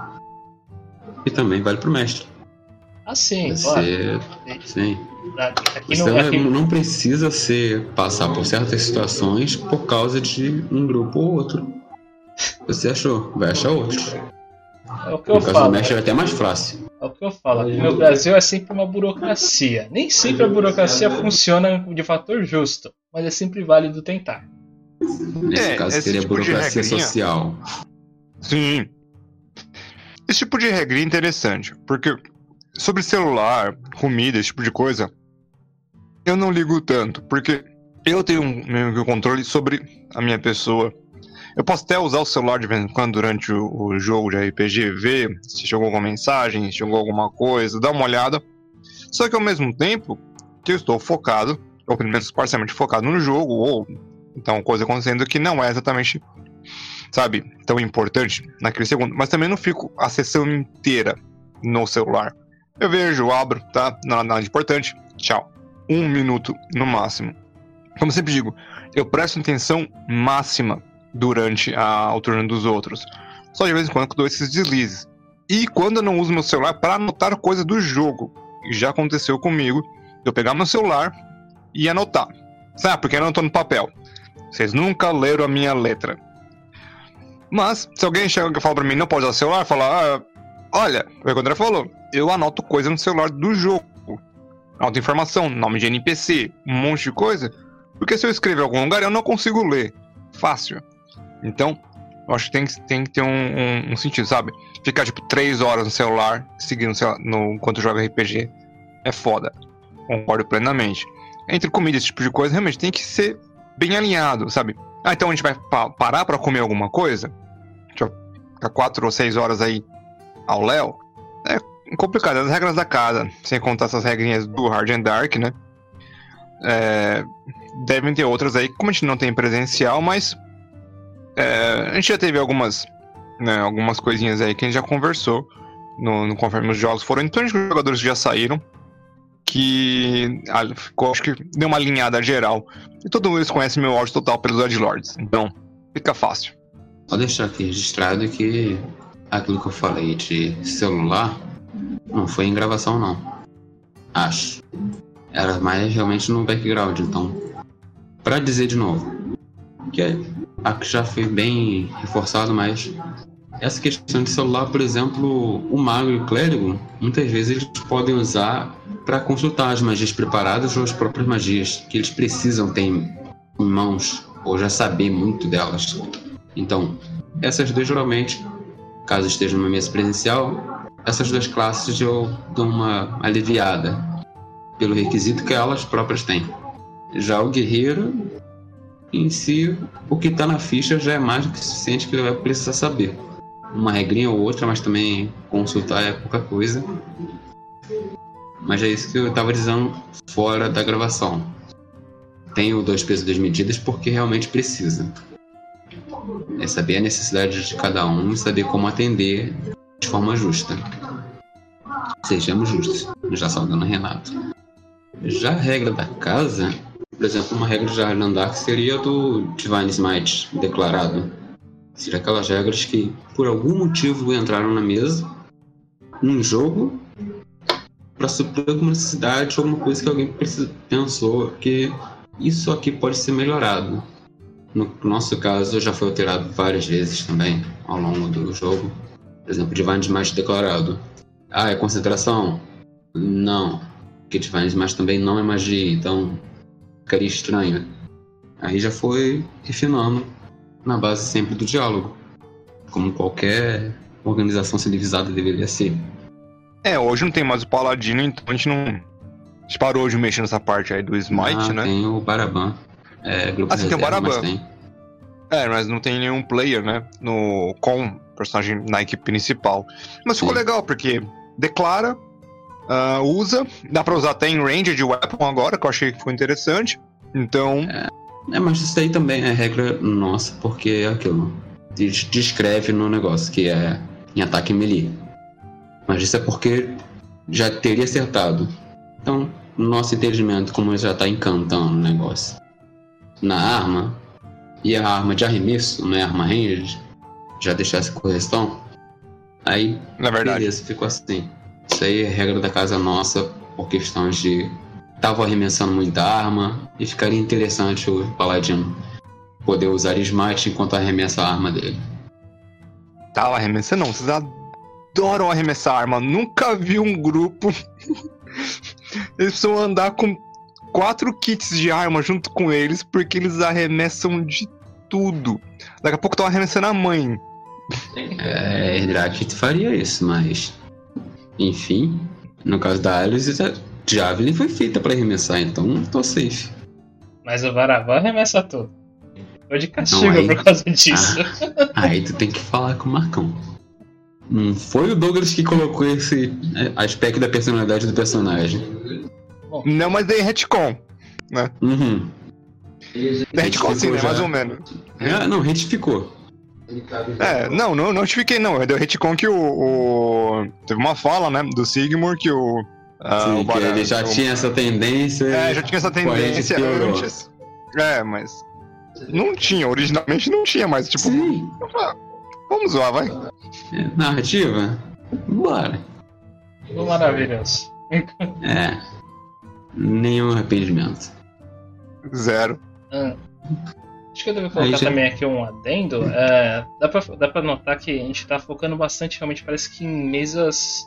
E também vale pro mestre. Sim, claro. Sim. Aqui não precisa passar por certas situações por causa de um grupo ou outro. Você achou, vai achar outros. É o que eu falo. Do mestre é até mais fácil. É o que eu falo. Aqui no Brasil é sempre uma burocracia. Nem sempre a burocracia funciona de fator justo, mas é sempre válido tentar. Nesse caso seria tipo burocracia social. Sim. Esse tipo de regrinha é interessante, porque sobre celular, comida, esse tipo de coisa, eu não ligo tanto, porque eu tenho um controle sobre a minha pessoa. Eu posso até usar o celular de vez em quando durante o jogo de RPG, ver se chegou alguma mensagem, se chegou alguma coisa, dar uma olhada. Só que ao mesmo tempo que eu estou focado, ou pelo menos parcialmente focado no jogo, ou então coisa acontecendo que não é exatamente, sabe, tão importante naquele segundo. Mas também não fico a sessão inteira no celular. Eu vejo, abro, tá? Nada de importante, tchau. 1 minuto no máximo. Como sempre digo, eu presto atenção máxima durante o turno dos outros. Só de vez em quando eu dou esses deslizes. E quando eu não uso meu celular para anotar coisa do jogo, já aconteceu comigo, eu pegar meu celular e anotar. Sabe, porque eu não tô no papel. Vocês nunca leram a minha letra. Mas, se alguém chega e fala pra mim, não pode usar o celular, fala, olha, o André falou, eu anoto coisa no celular do jogo. Anoto informação, nome de NPC, um monte de coisa. Porque se eu escrever em algum lugar, eu não consigo ler. Fácil. Então, eu acho que tem que ter um sentido, sabe? Ficar, 3 horas no celular, seguindo enquanto joga RPG, é foda. Concordo plenamente. Entre comida e esse tipo de coisa, realmente tem que ser bem alinhado, sabe? Então a gente vai parar pra comer alguma coisa? Deixa eu ficar 4 ou 6 horas aí ao léu? É complicado, as regras da casa, sem contar essas regrinhas do Hard and Dark, né? Devem ter outras aí, como a gente não tem presencial, mas a gente já teve algumas coisinhas aí que a gente já conversou conforme os jogos foram. Então os jogadores já saíram, que acho que deu uma alinhada geral. E todo mundo conhece meu ódio total pelos Edgelords, então fica fácil. Vou deixar aqui registrado que aquilo que eu falei de celular não foi em gravação, não. Acho. Era mais realmente no background, então. Pra dizer de novo, que já foi bem reforçado, mas essa questão de celular, por exemplo, o mago e o clérigo, muitas vezes eles podem usar para consultar as magias preparadas ou as próprias magias que eles precisam ter em mãos ou já saber muito delas. Então, essas duas geralmente caso esteja numa mesa presencial, essas duas classes eu dou uma aliviada pelo requisito que elas próprias têm. Já o guerreiro, em si, o que está na ficha já é mais do que suficiente que ele vai precisar saber. Uma regrinha ou outra, mas também consultar é pouca coisa. Mas é isso que eu estava dizendo fora da gravação. Tenho 2 pesos e 2 medidas porque realmente precisa. É saber a necessidade de cada um e saber como atender de forma justa. Sejamos justos, já saudando Renato. Já a regra da casa, por exemplo, uma regra de Arlen Dark seria do Divine Smite declarado. Seria aquelas regras que, por algum motivo, entraram na mesa, num jogo, para suprir alguma necessidade ou alguma coisa que alguém pensou que isso aqui pode ser melhorado. No nosso caso, já foi alterado várias vezes também, ao longo do jogo. Por exemplo, Divine Smite declarado. É concentração? Não. Porque Divine Smite também não é magia, então ficaria estranho. Aí já foi refinando na base sempre do diálogo, como qualquer organização civilizada deveria ser. Hoje não tem mais o Paladino, então a gente parou de mexer nessa parte aí do Smite, né? Tem o Baraban. Grupo tem o Baraban. Mas não tem nenhum player, né? Com personagem na equipe principal. Mas ficou legal, porque declara, usa, dá pra usar até em range de weapon agora, que eu achei que ficou interessante. Então... mas isso aí também é regra nossa, porque é aquilo. Descreve no negócio, que é em ataque melee. Mas isso é porque já teria acertado. Então, nosso entendimento, como já tá encantando o negócio na arma, e a arma de arremesso, não é arma ranged, já deixar essa correção, aí, na verdade, beleza, ficou assim. Isso aí é regra da casa nossa, por questões de... Tava arremessando muita arma, e ficaria interessante o Paladino poder usar Smite enquanto arremessa a arma dele. Tava arremessando não, vocês adoram arremessar arma. Nunca vi um grupo... Eles precisam andar com 4 kits de arma junto com eles, porque eles arremessam de tudo. Daqui a pouco estão arremessando a mãe. Drakit faria isso, mas... Enfim, no caso da Alice, a Javelin foi feita pra arremessar, então tô safe. Mas o Baraban arremessa tudo. Tô de castigo por causa disso. Aí tu tem que falar com o Marcão. Não foi o Douglas que colocou esse aspecto da personalidade do personagem. Não, mas dei retcon, né? Uhum. Dei retcon sim, né? Mais ou menos. Não, retificou. Não retifiquei não. Eu dei retcon que teve uma fala, né, do Sigmund que o... Sim, que ele já tinha essa tendência. Já tinha essa tendência antes. Mas... Não tinha, originalmente não tinha, mas tipo... Sim. Vamos zoar, vai. Narrativa? Bora. Maravilhoso. Nenhum arrependimento. 0. Acho que eu devo colocar também aqui um adendo. Dá pra notar que a gente tá focando bastante, realmente parece que em mesas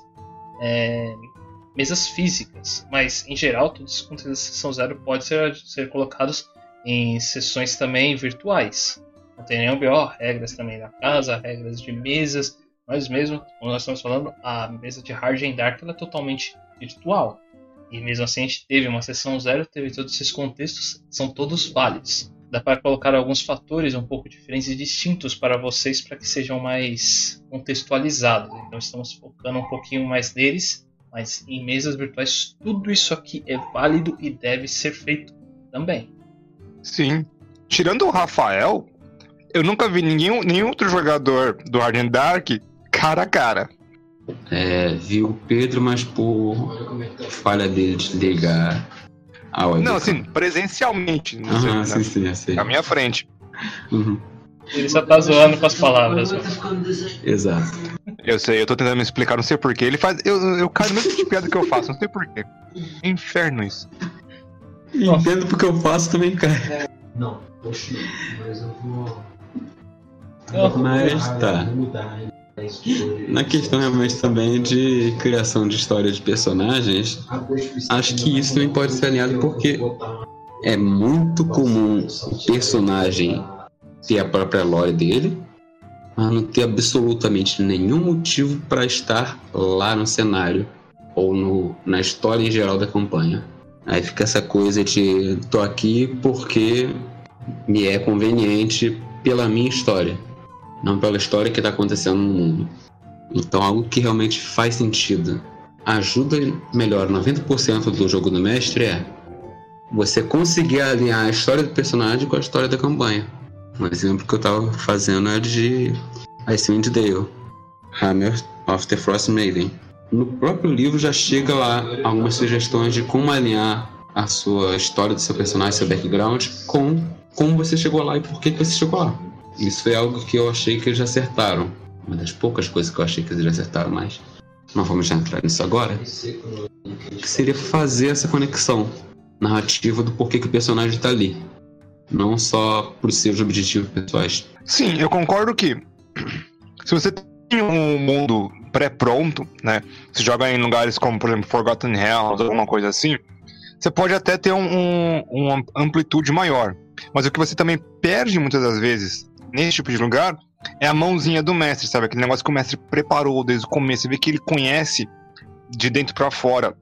físicas, mas em geral todos os conteúdos da sessão 0 podem ser colocados em sessões também virtuais. Não tem nenhum BO, regras também da casa, regras de mesas. Nós mesmos, como nós estamos falando, a mesa de Hard and Dark ela é totalmente virtual. E mesmo assim a gente teve uma sessão 0, teve todos esses contextos, são todos válidos. Dá para colocar alguns fatores um pouco diferentes e distintos para vocês para que sejam mais contextualizados. Então estamos focando um pouquinho mais neles, mas em mesas virtuais tudo isso aqui é válido e deve ser feito também. Sim. Tirando o Rafael, eu nunca vi nenhum outro jogador do Hard and Dark cara a cara. Vi o Pedro, mas por falha dele de ligar a webcam. Não, assim, presencialmente. Sim. À minha frente. Uhum. Ele só tá zoando com as palavras. Exato. Eu sei, eu tô tentando me explicar, não sei porquê. Ele faz. Eu caio no mesmo tipo de piada que eu faço, não sei porquê. Inferno isso. Entendo porque eu faço também, cara. Não, poxa, mas eu vou. Mas tá. Na questão realmente também de criação de história de personagens, acho que isso também pode ser alinhado porque é muito comum o personagem ter a própria lore dele, mas não ter absolutamente nenhum motivo para estar lá no cenário ou na história em geral da campanha. Aí fica essa coisa de tô aqui porque me é conveniente pela minha história, não pela história que está acontecendo no mundo. Então algo que realmente faz sentido, ajuda melhor 90% do jogo do mestre é você conseguir alinhar a história do personagem com a história da campanha. Um exemplo que eu estava fazendo é de Icewind Dale, Hammer of the Frost Maiden. No próprio livro já chega lá algumas sugestões de como alinhar a sua história do seu personagem, seu background, com como você chegou lá e por que você chegou lá. Isso é algo que eu achei que eles acertaram. Uma das poucas coisas que eu achei que eles acertaram, mas não vamos já entrar nisso agora. Que seria fazer essa conexão narrativa do porquê que o personagem está ali. Não só por seus objetivos pessoais. Sim, eu concordo que se você tem um mundo pré-pronto, né? Você joga em lugares como, por exemplo, Forgotten Realms, alguma coisa assim, você pode até ter uma amplitude maior. Mas o que você também perde muitas das vezes nesse tipo de lugar é a mãozinha do mestre, sabe? Aquele negócio que o mestre preparou desde o começo. Você vê que ele conhece de dentro pra fora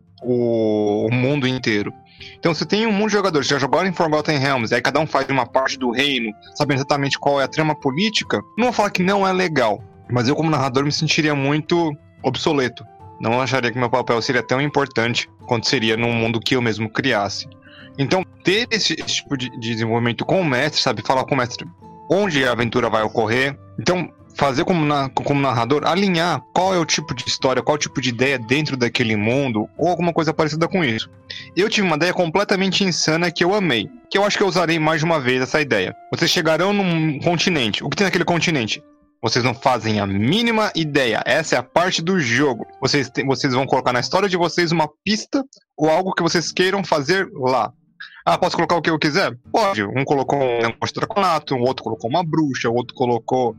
o mundo inteiro. Então você tem um monte de jogadores que já jogaram em Forgotten Realms, aí cada um faz uma parte do reino, sabendo exatamente qual é a trama política. Não vou falar que não é legal, mas eu como narrador me sentiria muito obsoleto. Não acharia que meu papel seria tão importante quanto seria num mundo que eu mesmo criasse. Então ter esse tipo de desenvolvimento com o mestre, sabe? Falar com o mestre onde a aventura vai ocorrer. Então fazer como narrador, alinhar qual é o tipo de história, qual é o tipo de ideia dentro daquele mundo, ou alguma coisa parecida com isso. Eu tive uma ideia completamente insana que eu amei, que eu acho que eu usarei mais de uma vez essa ideia. Vocês chegarão num continente. O que tem naquele continente? Vocês não fazem a mínima ideia. Essa é a parte do jogo. Vocês vão colocar na história de vocês uma pista ou algo que vocês queiram fazer lá. Ah, posso colocar o que eu quiser? Pode. Um colocou um negócio de draconato, o outro colocou uma bruxa, o outro colocou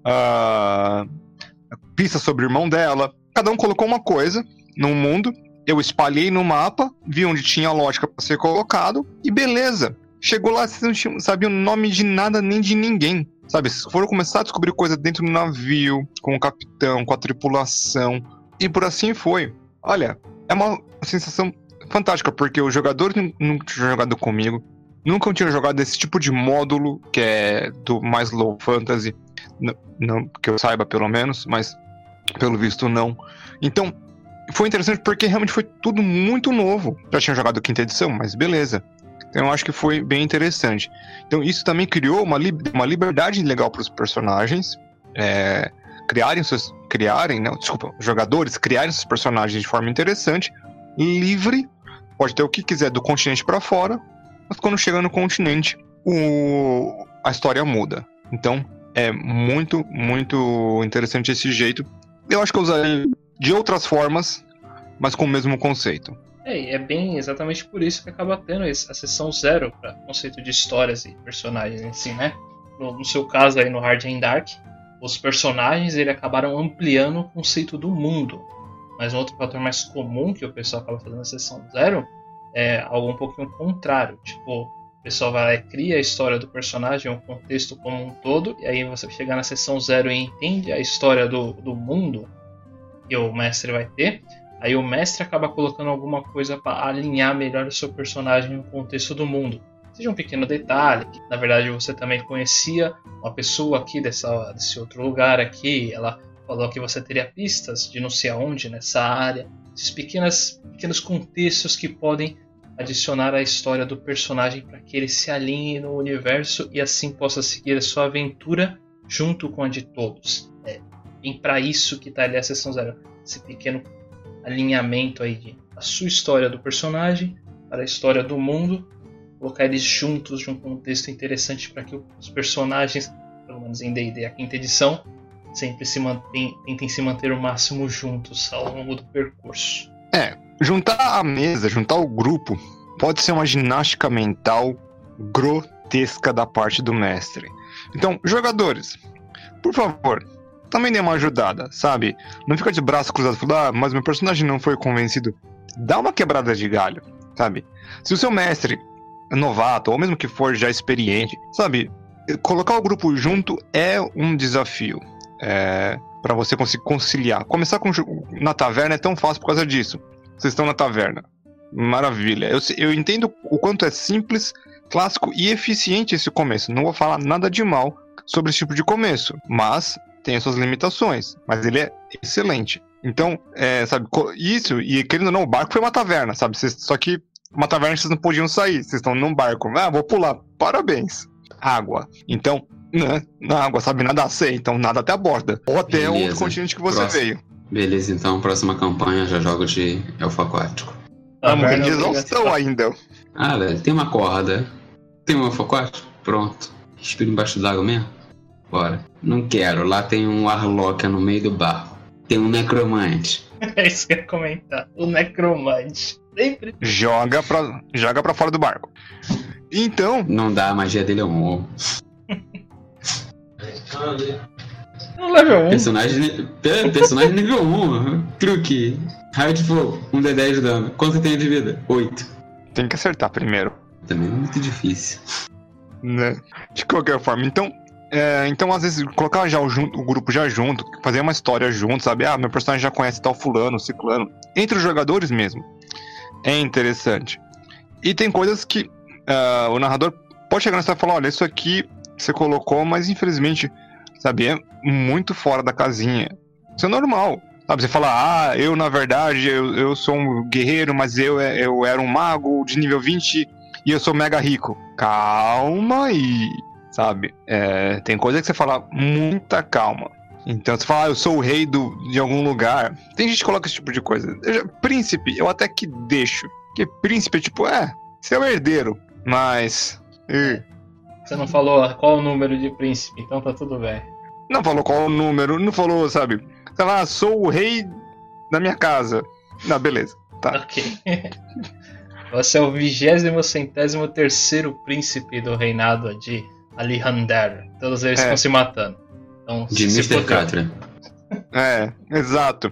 pista sobre o irmão dela. Cada um colocou uma coisa no mundo. Eu espalhei no mapa, vi onde tinha lógica para ser colocado e beleza. Chegou lá, vocês não sabiam o nome de nada nem de ninguém. Sabe, foram começar a descobrir coisa dentro do navio, com o capitão, com a tripulação, e por assim foi. Olha, é uma sensação fantástica, porque os jogadores nunca tinham jogado comigo, nunca tinham jogado esse tipo de módulo, que é do mais low fantasy, não que eu saiba pelo menos, mas pelo visto não. Então, foi interessante porque realmente foi tudo muito novo. Já tinha jogado a quinta edição, mas beleza. Então eu acho que foi bem interessante. Então isso também criou uma liberdade legal para os personagens os jogadores criarem seus personagens de forma interessante, livre, pode ter o que quiser do continente para fora, mas quando chega no continente a história muda. Então é muito, muito interessante esse jeito. Eu acho que eu usaria de outras formas, mas com o mesmo conceito. É bem exatamente por isso que acaba tendo a sessão 0 para conceito de histórias e personagens em si, né? No seu caso aí no Hard and Dark, os personagens acabaram ampliando o conceito do mundo. Mas um outro fator mais comum que o pessoal acaba fazendo na sessão 0 é algo um pouquinho contrário. Tipo, o pessoal vai lá e cria a história do personagem, o contexto como um todo, e aí você chega na sessão 0 e entende a história do mundo que o mestre vai ter. Aí o mestre acaba colocando alguma coisa para alinhar melhor o seu personagem no contexto do mundo. Seja um pequeno detalhe, que na verdade você também conhecia uma pessoa aqui desse outro lugar aqui, ela falou que você teria pistas de não sei aonde nessa área. Esses pequenos contextos que podem adicionar a história do personagem para que ele se alinhe no universo e assim possa seguir a sua aventura junto com a de todos. E para isso que está ali a sessão 0, esse pequeno alinhamento aí da sua história do personagem para a história do mundo, colocar eles juntos de um contexto interessante para que os personagens, pelo menos em D&D a quinta edição, sempre tentem se manter o máximo juntos ao longo do percurso. Juntar a mesa, juntar o grupo, pode ser uma ginástica mental grotesca da parte do mestre. Então, jogadores, por favor, também dê uma ajudada, sabe? Não fica de braço cruzado falando, mas meu personagem não foi convencido. Dá uma quebrada de galho, sabe? Se o seu mestre é novato, ou mesmo que for já experiente, sabe? Colocar o grupo junto é um desafio. Pra você conseguir conciliar. Começar na taverna é tão fácil por causa disso. Vocês estão na taverna. Maravilha. Eu entendo o quanto é simples, clássico e eficiente esse começo. Não vou falar nada de mal sobre esse tipo de começo, mas tem as suas limitações. Mas ele é excelente. Então, sabe, isso, e querendo ou não, o barco foi uma taverna, sabe? Só que uma taverna vocês não podiam sair, vocês estão num barco. Vou pular. Parabéns. Água. Então, né, na água, sabe, nadar, sei. Então, nada até a borda. Ou até Beleza. outro continente que você veio. Beleza, então, próxima campanha já jogo de elfo aquático. Tá morrendo de exaustão ainda. Ah, velho, tem uma corda. Tem um elfo aquático? Pronto. Respiro embaixo d'água mesmo? Bora. Não quero, lá tem um Arloca no meio do barco. Tem um necromante. É isso que eu ia comentar. O necromante. Sempre. Joga pra fora do barco. Então... Não dá, a magia dele é um ovo. No level 1. Personagem nível 1. Truque. Raio de fogo. 1d10 de dano. Quanto tem de vida? 8. Tem que acertar primeiro. Também é muito difícil. Né? De qualquer forma. Então, às vezes, colocar já o grupo já junto, fazer uma história junto, sabe? Meu personagem já conhece tal fulano, ciclano. Entre os jogadores mesmo. É interessante. E tem coisas que o narrador pode chegar na história e falar, olha, isso aqui você colocou, mas infelizmente, sabe, é muito fora da casinha. Isso é normal. Sabe, você fala, eu na verdade, eu sou um guerreiro, mas eu era um mago de nível 20 e eu sou mega rico. Calma aí, sabe? Tem coisa que você fala, muita calma. Então você fala, eu sou o rei de algum lugar. Tem gente que coloca esse tipo de coisa. Príncipe, eu até que deixo. Porque príncipe, tipo, você é o herdeiro, mas... Você não falou qual o número de príncipe, então tá tudo bem. Não falou qual o número, não falou, sabe? Sei lá, sou o rei da minha casa. Não, beleza, tá. Ok. Você é o 20º príncipe do reinado de Alihandar. Todos eles estão se matando. Então, de Mr. Catra. Exato.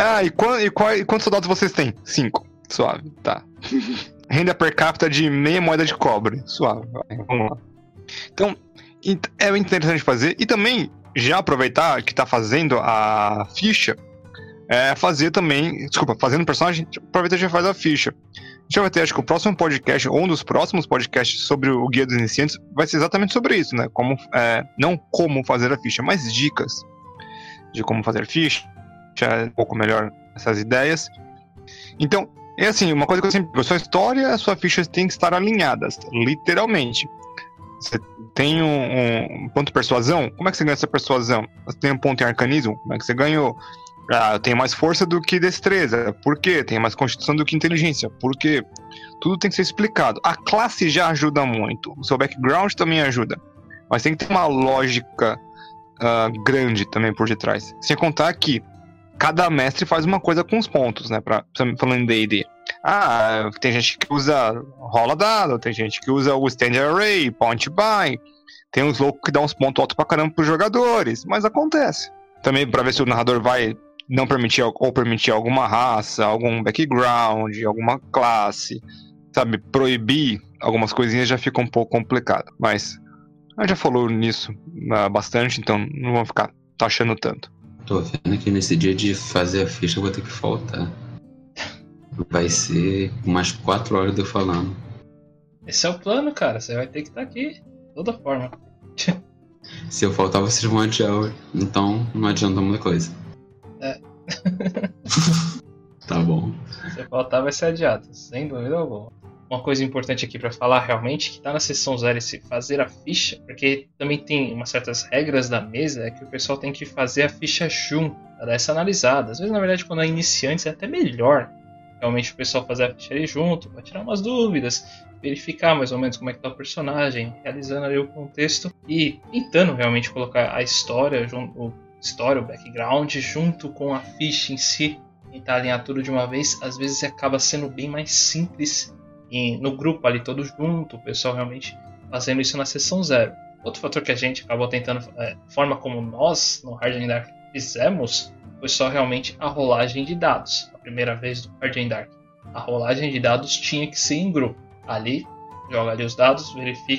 E quantos soldados vocês têm? 5. Suave, tá. Renda per capita de meia moeda de cobre. Suave, vamos lá. Então, é interessante fazer. E também, já aproveitar que tá fazendo a ficha, fazer também... Desculpa, fazendo o personagem, aproveita e já faz a ficha. A gente vai ter, acho que o próximo podcast, ou um dos próximos podcasts sobre o Guia dos Iniciantes, vai ser exatamente sobre isso, né? Não como fazer a ficha, mas dicas de como fazer a ficha, um pouco melhor essas ideias. Então, é assim, uma coisa que eu sempre digo, a sua história e a sua ficha têm que estar alinhadas, literalmente. Você tem um ponto de persuasão, como é que você ganha essa persuasão? Você tem um ponto em arcanismo, como é que você ganhou? Eu tenho mais força do que destreza, por quê? Tenho mais constituição do que inteligência, por quê? Tudo tem que ser explicado. A classe já ajuda muito, o seu background também ajuda, mas tem que ter uma lógica grande também por detrás. Sem contar que cada mestre faz uma coisa com os pontos, né? Falando em D&D. Tem gente que usa rola dado, tem gente que usa o Stand Array, Point Buy. Tem uns loucos que dão uns pontos altos pra caramba pros jogadores, mas acontece. Também pra ver se o narrador vai não permitir ou permitir alguma raça, algum background, alguma classe, sabe? Proibir algumas coisinhas já fica um pouco complicado. Mas a gente já falou nisso bastante, então não vamos ficar taxando tanto. Tô vendo que nesse dia de fazer a ficha eu vou ter que faltar. Vai ser umas 4 horas de eu falando. Esse é o plano, cara. Você vai ter que estar aqui. De toda forma. Se eu faltar, vocês vão adiar. Então não adianta muita coisa. Tá bom. Se eu faltar, vai ser adiado. Sem dúvida alguma. Uma coisa importante aqui pra falar realmente, que tá na sessão 0 esse fazer a ficha, porque também tem umas certas regras da mesa, que o pessoal tem que fazer a ficha junto, pra dar essa analisada. Às vezes, na verdade, quando é iniciante, é até melhor realmente o pessoal fazer a ficha ali junto, pra tirar umas dúvidas, verificar mais ou menos como é que tá o personagem, realizando ali o contexto e tentando realmente colocar a história, o background, junto com a ficha em si, tentar alinhar tudo de uma vez. Às vezes acaba sendo bem mais simples e no grupo ali todo junto, o pessoal realmente fazendo isso na sessão 0. Outro fator que a gente acabou tentando, forma como nós no Hard and Dark fizemos, foi só realmente a rolagem de dados. A primeira vez do Hard and Dark, a rolagem de dados tinha que ser em grupo. Ali, joga ali os dados, verifica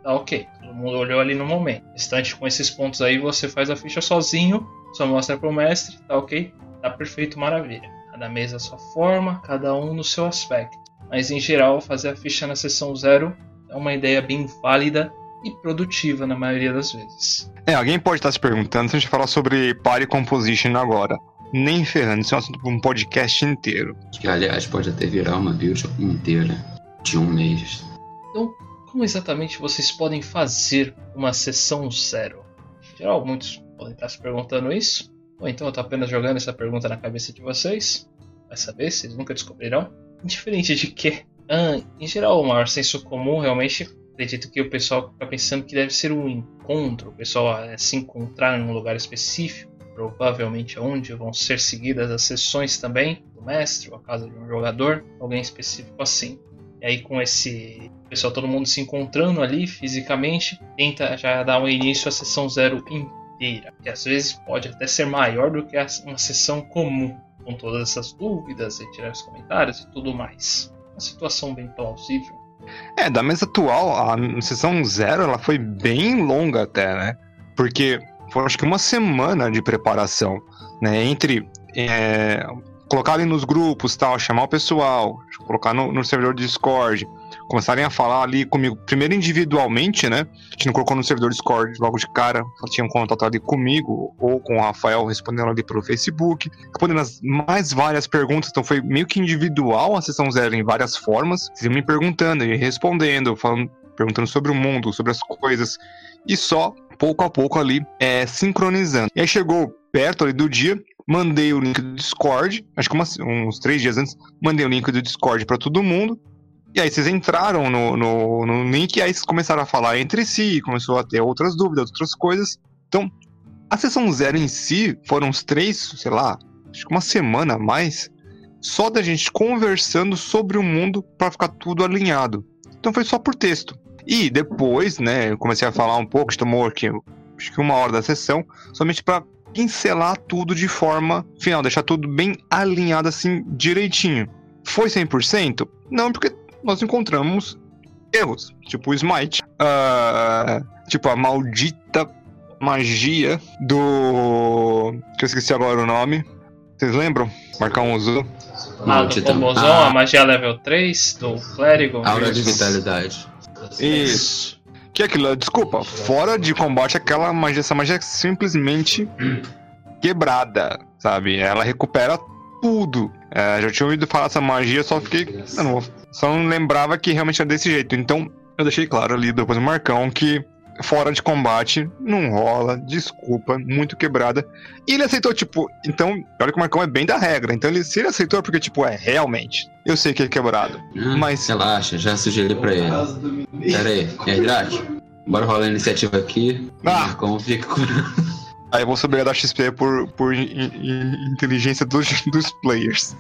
tá ok. Todo mundo olhou ali no momento. Restante com esses pontos aí, você faz a ficha sozinho, só mostra pro mestre, tá ok? Tá perfeito, maravilha. Cada mesa a sua forma, cada um no seu aspecto. Mas em geral, fazer a ficha na sessão 0 é uma ideia bem válida e produtiva na maioria das vezes. Alguém pode estar se perguntando se a gente falar sobre Party Composition agora. Nem ferrando, isso é um assunto para um podcast inteiro. Que, aliás, pode até virar uma build inteira de um mês. Então, como exatamente vocês podem fazer uma sessão 0? Em geral, muitos podem estar se perguntando isso. Ou então eu estou apenas jogando essa pergunta na cabeça de vocês. Vai saber, vocês nunca descobrirão. Indiferente de que, em geral, o maior senso comum, realmente, acredito que o pessoal fica pensando que deve ser um encontro. O pessoal se encontrar em um lugar específico. Provavelmente onde vão ser seguidas as sessões também do mestre ou a casa de um jogador, alguém específico assim. E aí com esse pessoal, todo mundo se encontrando ali fisicamente, tenta já dar um início à sessão 0 inteira, que às vezes pode até ser maior do que uma sessão comum, com todas essas dúvidas, retirar os comentários e tudo mais. Uma situação bem plausível. Da mesa atual, a sessão 0 ela foi bem longa até, né? Porque foi acho que uma semana de preparação, né? Entre colocar ali nos grupos, tal, chamar o pessoal, colocar no servidor do Discord, começarem a falar ali comigo, primeiro individualmente, né? A gente não colocou no servidor do Discord logo de cara, só tinha um contato ali comigo ou com o Rafael respondendo ali pelo Facebook, respondendo as mais várias perguntas, então foi meio que individual a sessão 0 em várias formas, vocês iam me perguntando e respondendo, perguntando sobre o mundo, sobre as coisas, e só pouco a pouco ali sincronizando. E aí chegou perto ali do dia, mandei o link do Discord, acho que uns 3 dias antes, mandei o link do Discord para todo mundo, e aí vocês entraram no link e aí vocês começaram a falar entre si, começou a ter outras dúvidas, outras coisas. Então, a sessão 0 em si, foram uns 3, sei lá, acho que uma semana a mais, só da gente conversando sobre o mundo para ficar tudo alinhado. Então foi só por texto. E depois, né, eu comecei a falar um pouco, a gente tomou aqui, acho que 1 hora da sessão, somente para pincelar tudo de forma final, deixar tudo bem alinhado assim, direitinho. Foi 100%? Não, porque nós encontramos erros, tipo o Smite, tipo a maldita magia do... que eu esqueci agora o nome, vocês lembram? Marcão usou. Do Pomozão, a magia level 3, do Clérigo. Aura de vitalidade. Isso. Que é aquilo, desculpa, fora de combate essa magia é simplesmente quebrada, sabe? Ela recupera tudo. Já tinha ouvido falar dessa magia, só não lembrava que realmente era desse jeito. Então, eu deixei claro ali depois do Marcão que fora de combate não rola, desculpa, muito quebrada. E ele aceitou, tipo, então, olha que o Marcão é bem da regra. Então, se ele aceitou é porque, tipo, realmente, eu sei que é quebrado. Mas relaxa, já sugeri pra ele. Pera aí, Drac, bora rolar a iniciativa aqui. Marcão fica curando. Aí eu vou ser obrigado a XP por inteligência dos players.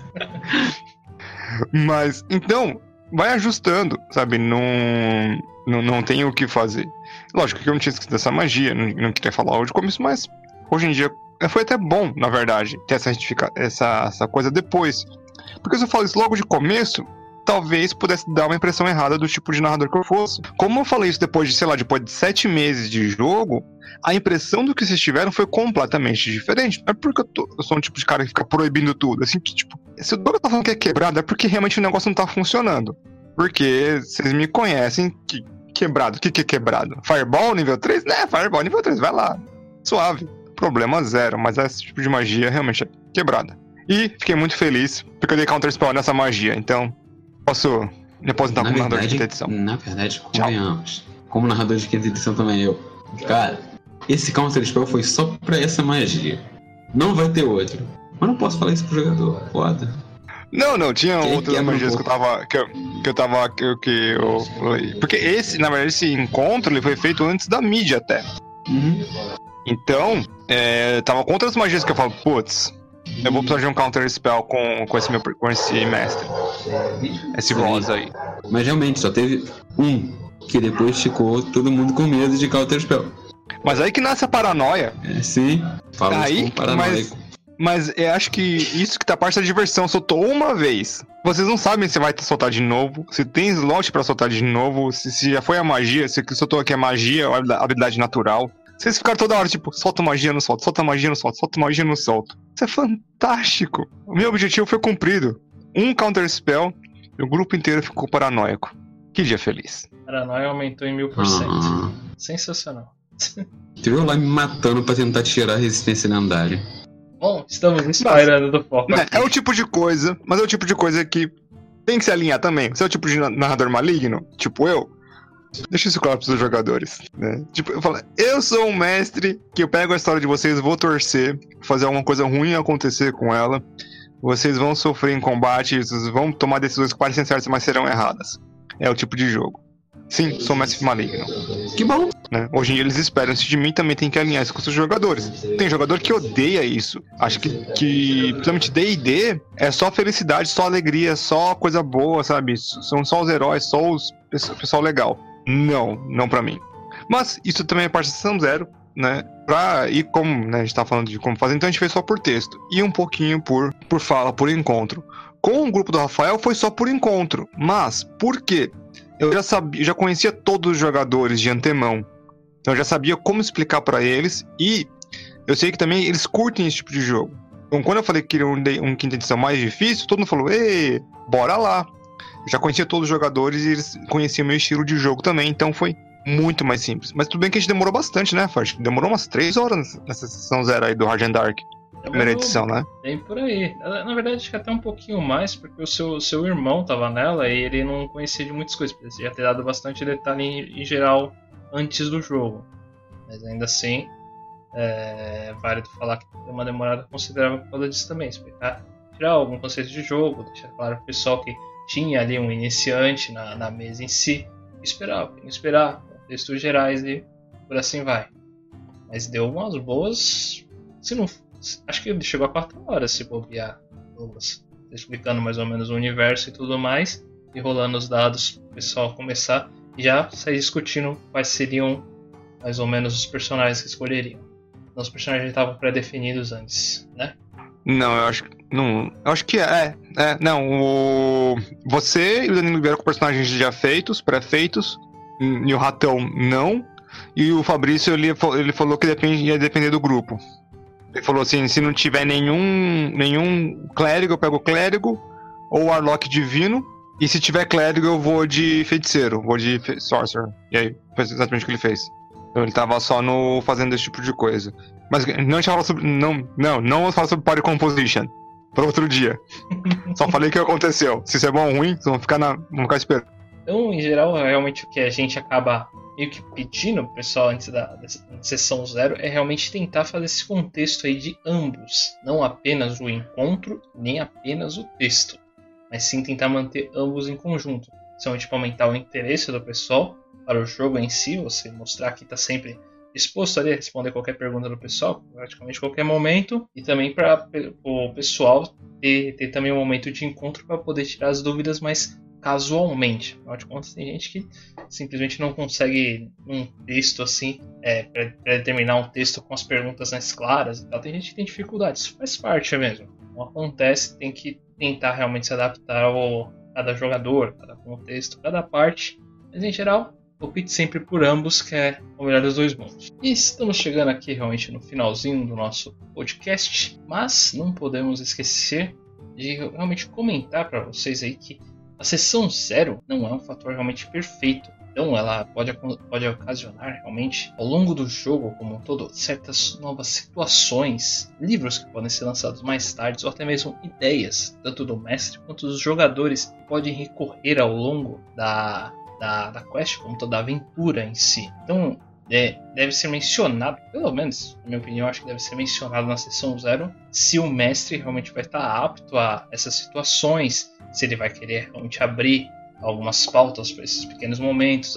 Mas, então, vai ajustando, sabe? Não tem o que fazer. Lógico que eu não tinha esquecido dessa magia, não queria falar hoje de começo, mas hoje em dia foi até bom, na verdade, ter essa coisa depois. Porque se eu falo isso logo de começo, talvez pudesse dar uma impressão errada do tipo de narrador que eu fosse. Como eu falei isso depois de 7 meses de jogo, a impressão do que vocês tiveram foi completamente diferente. Não é porque eu sou um tipo de cara que fica proibindo tudo. Assim, que, tipo, se o Douglas tá falando que é quebrado, é porque realmente o negócio não tá funcionando. Porque vocês me conhecem que quebrado. O que é quebrado? Fireball nível 3? Né, Fireball nível 3, vai lá. Suave. Problema zero, mas esse tipo de magia realmente é quebrada. E fiquei muito feliz porque eu dei counter spell nessa magia, então posso me aposentar como narrador de quinta edição. Na verdade, convenhamos. Como narrador de quinta edição também eu. Cara, esse counter spell foi só pra essa magia. Não vai ter outro. Mas não posso falar isso pro jogador. Foda. Não, tinha outras magias que eu porque na verdade, esse encontro ele foi feito antes da mídia até. Uhum. Então, tava com outras magias que eu falo, putz, eu vou precisar de um counter spell com esse mestre. Esse Rosa aí. Mas realmente, só teve um, que depois ficou todo mundo com medo de counter spell. Mas aí que nasce a paranoia. Sim, fala aí, com paranoico. Mas eu acho que isso que tá parte da diversão. Soltou uma vez. Vocês não sabem se vai soltar de novo, se tem slot pra soltar de novo, se já foi a magia, se o que soltou aqui é magia ou habilidade natural. Vocês ficaram toda hora, tipo, solta magia, não solta, solta magia, não solta, solta magia, não solta. Isso é fantástico. O meu objetivo foi cumprido. Um counter spell e o grupo inteiro ficou paranoico. Que dia feliz. Paranoia aumentou em 1000%. Sensacional. Eu lá me matando pra tentar tirar a resistência lendária. Bom, estamos inspirando do foco aqui. É o tipo de coisa, mas é o tipo de coisa que tem que se alinhar também. Você é o tipo de narrador maligno, tipo eu. Deixa isso claro pros seus jogadores, né? Tipo, eu falo, eu sou um mestre que eu pego a história de vocês, vou torcer, fazer alguma coisa ruim acontecer com ela. Vocês vão sofrer em combate, vocês vão tomar decisões que parecem certas, mas serão erradas. É o tipo de jogo. Sim, sou mestre maligno. Que bom. Né? Hoje em dia eles esperam isso de mim, também tem que alinhar isso com os seus jogadores. Tem jogador que odeia isso. Acho que principalmente D&D é só felicidade, só alegria, só coisa boa, sabe? São só os heróis, só o pessoal legal. Não pra mim. Mas isso também é parte da Sessão Zero, né? E como, né, a gente tá falando de como fazer, então a gente fez só por texto. E um pouquinho por fala, por encontro. Com o grupo do Rafael foi só por encontro. Mas, por quê? Eu já conhecia todos os jogadores de antemão. Então eu já sabia como explicar pra eles. E eu sei que também eles curtem esse tipo de jogo. Então quando eu falei que queria um quinta edição mais difícil, todo mundo falou, ei, bora lá. Eu já conhecia todos os jogadores e eles conheciam o meu estilo de jogo também. Então foi muito mais simples. Mas tudo bem que a gente demorou bastante, né, Faz? Demorou umas 3 horas nessa sessão zero aí do Hard and Dark. Primeira edição, né? Tem por aí. Na verdade, acho que até um pouquinho mais, porque o seu irmão tava nela e ele não conhecia de muitas coisas. Ele ia ter dado bastante detalhe em geral antes do jogo. Mas ainda assim, é válido falar que tem uma demorada considerável por causa disso também. Explicar, tirar algum conceito de jogo, deixar claro pro pessoal que tinha ali um iniciante na mesa em si. Esperar, contextos gerais e por assim vai. Mas deu umas boas. Se não, acho que chegou a 4 horas se bobear, Douglas. Explicando mais ou menos o universo e tudo mais. E rolando os dados para o pessoal começar. E já sair discutindo quais seriam mais ou menos os personagens que escolheriam. Os personagens já estavam pré-definidos antes, né? Não, eu acho que. Não, eu acho que não, você e o Danilo vieram com personagens já feitos, pré-feitos. E o Ratão não. E o Fabrício ele falou que ia depender do grupo. Ele falou assim, se não tiver nenhum clérigo, eu pego o clérigo ou o Warlock divino. E se tiver clérigo, eu vou de feiticeiro, vou de sorcerer. E aí, foi exatamente o que ele fez. Então ele tava só fazendo esse tipo de coisa. Mas não a gente fala sobre. Não vamos falar sobre party composition. Para outro dia. Só falei o que aconteceu. Se isso é bom ou ruim, vocês vão ficar esperando. Então, em geral, realmente o que a gente acaba meio que pedindo pro pessoal antes da sessão zero é realmente tentar fazer esse contexto aí de ambos. Não apenas o encontro, nem apenas o texto. Mas sim tentar manter ambos em conjunto. São tipo aumentar o interesse do pessoal para o jogo em si, você mostrar que está sempre disposto ali a responder qualquer pergunta do pessoal, praticamente qualquer momento, e também para o pessoal ter também um momento de encontro para poder tirar as dúvidas mais casualmente. Afinal de contas, tem gente que simplesmente não consegue um texto assim, determinar um texto com as perguntas mais claras e tal. Tem gente que tem dificuldades, isso faz parte mesmo. Não acontece, tem que tentar realmente se adaptar ao cada jogador, cada contexto, cada parte, mas em geral opte sempre por ambos, que é o melhor dos dois mundos. E estamos chegando aqui realmente no finalzinho do nosso podcast, mas não podemos esquecer de realmente comentar para vocês aí que a sessão zero não é um fator realmente perfeito. Então ela pode ocasionar realmente ao longo do jogo como um todo certas novas situações, livros que podem ser lançados mais tarde ou até mesmo ideias, tanto do mestre quanto dos jogadores que podem recorrer ao longo da quest, como toda a aventura em si. Então deve ser mencionado, pelo menos na minha opinião, acho que deve ser mencionado na sessão zero se o mestre realmente vai estar apto a essas situações, se ele vai querer realmente abrir algumas pautas para esses pequenos momentos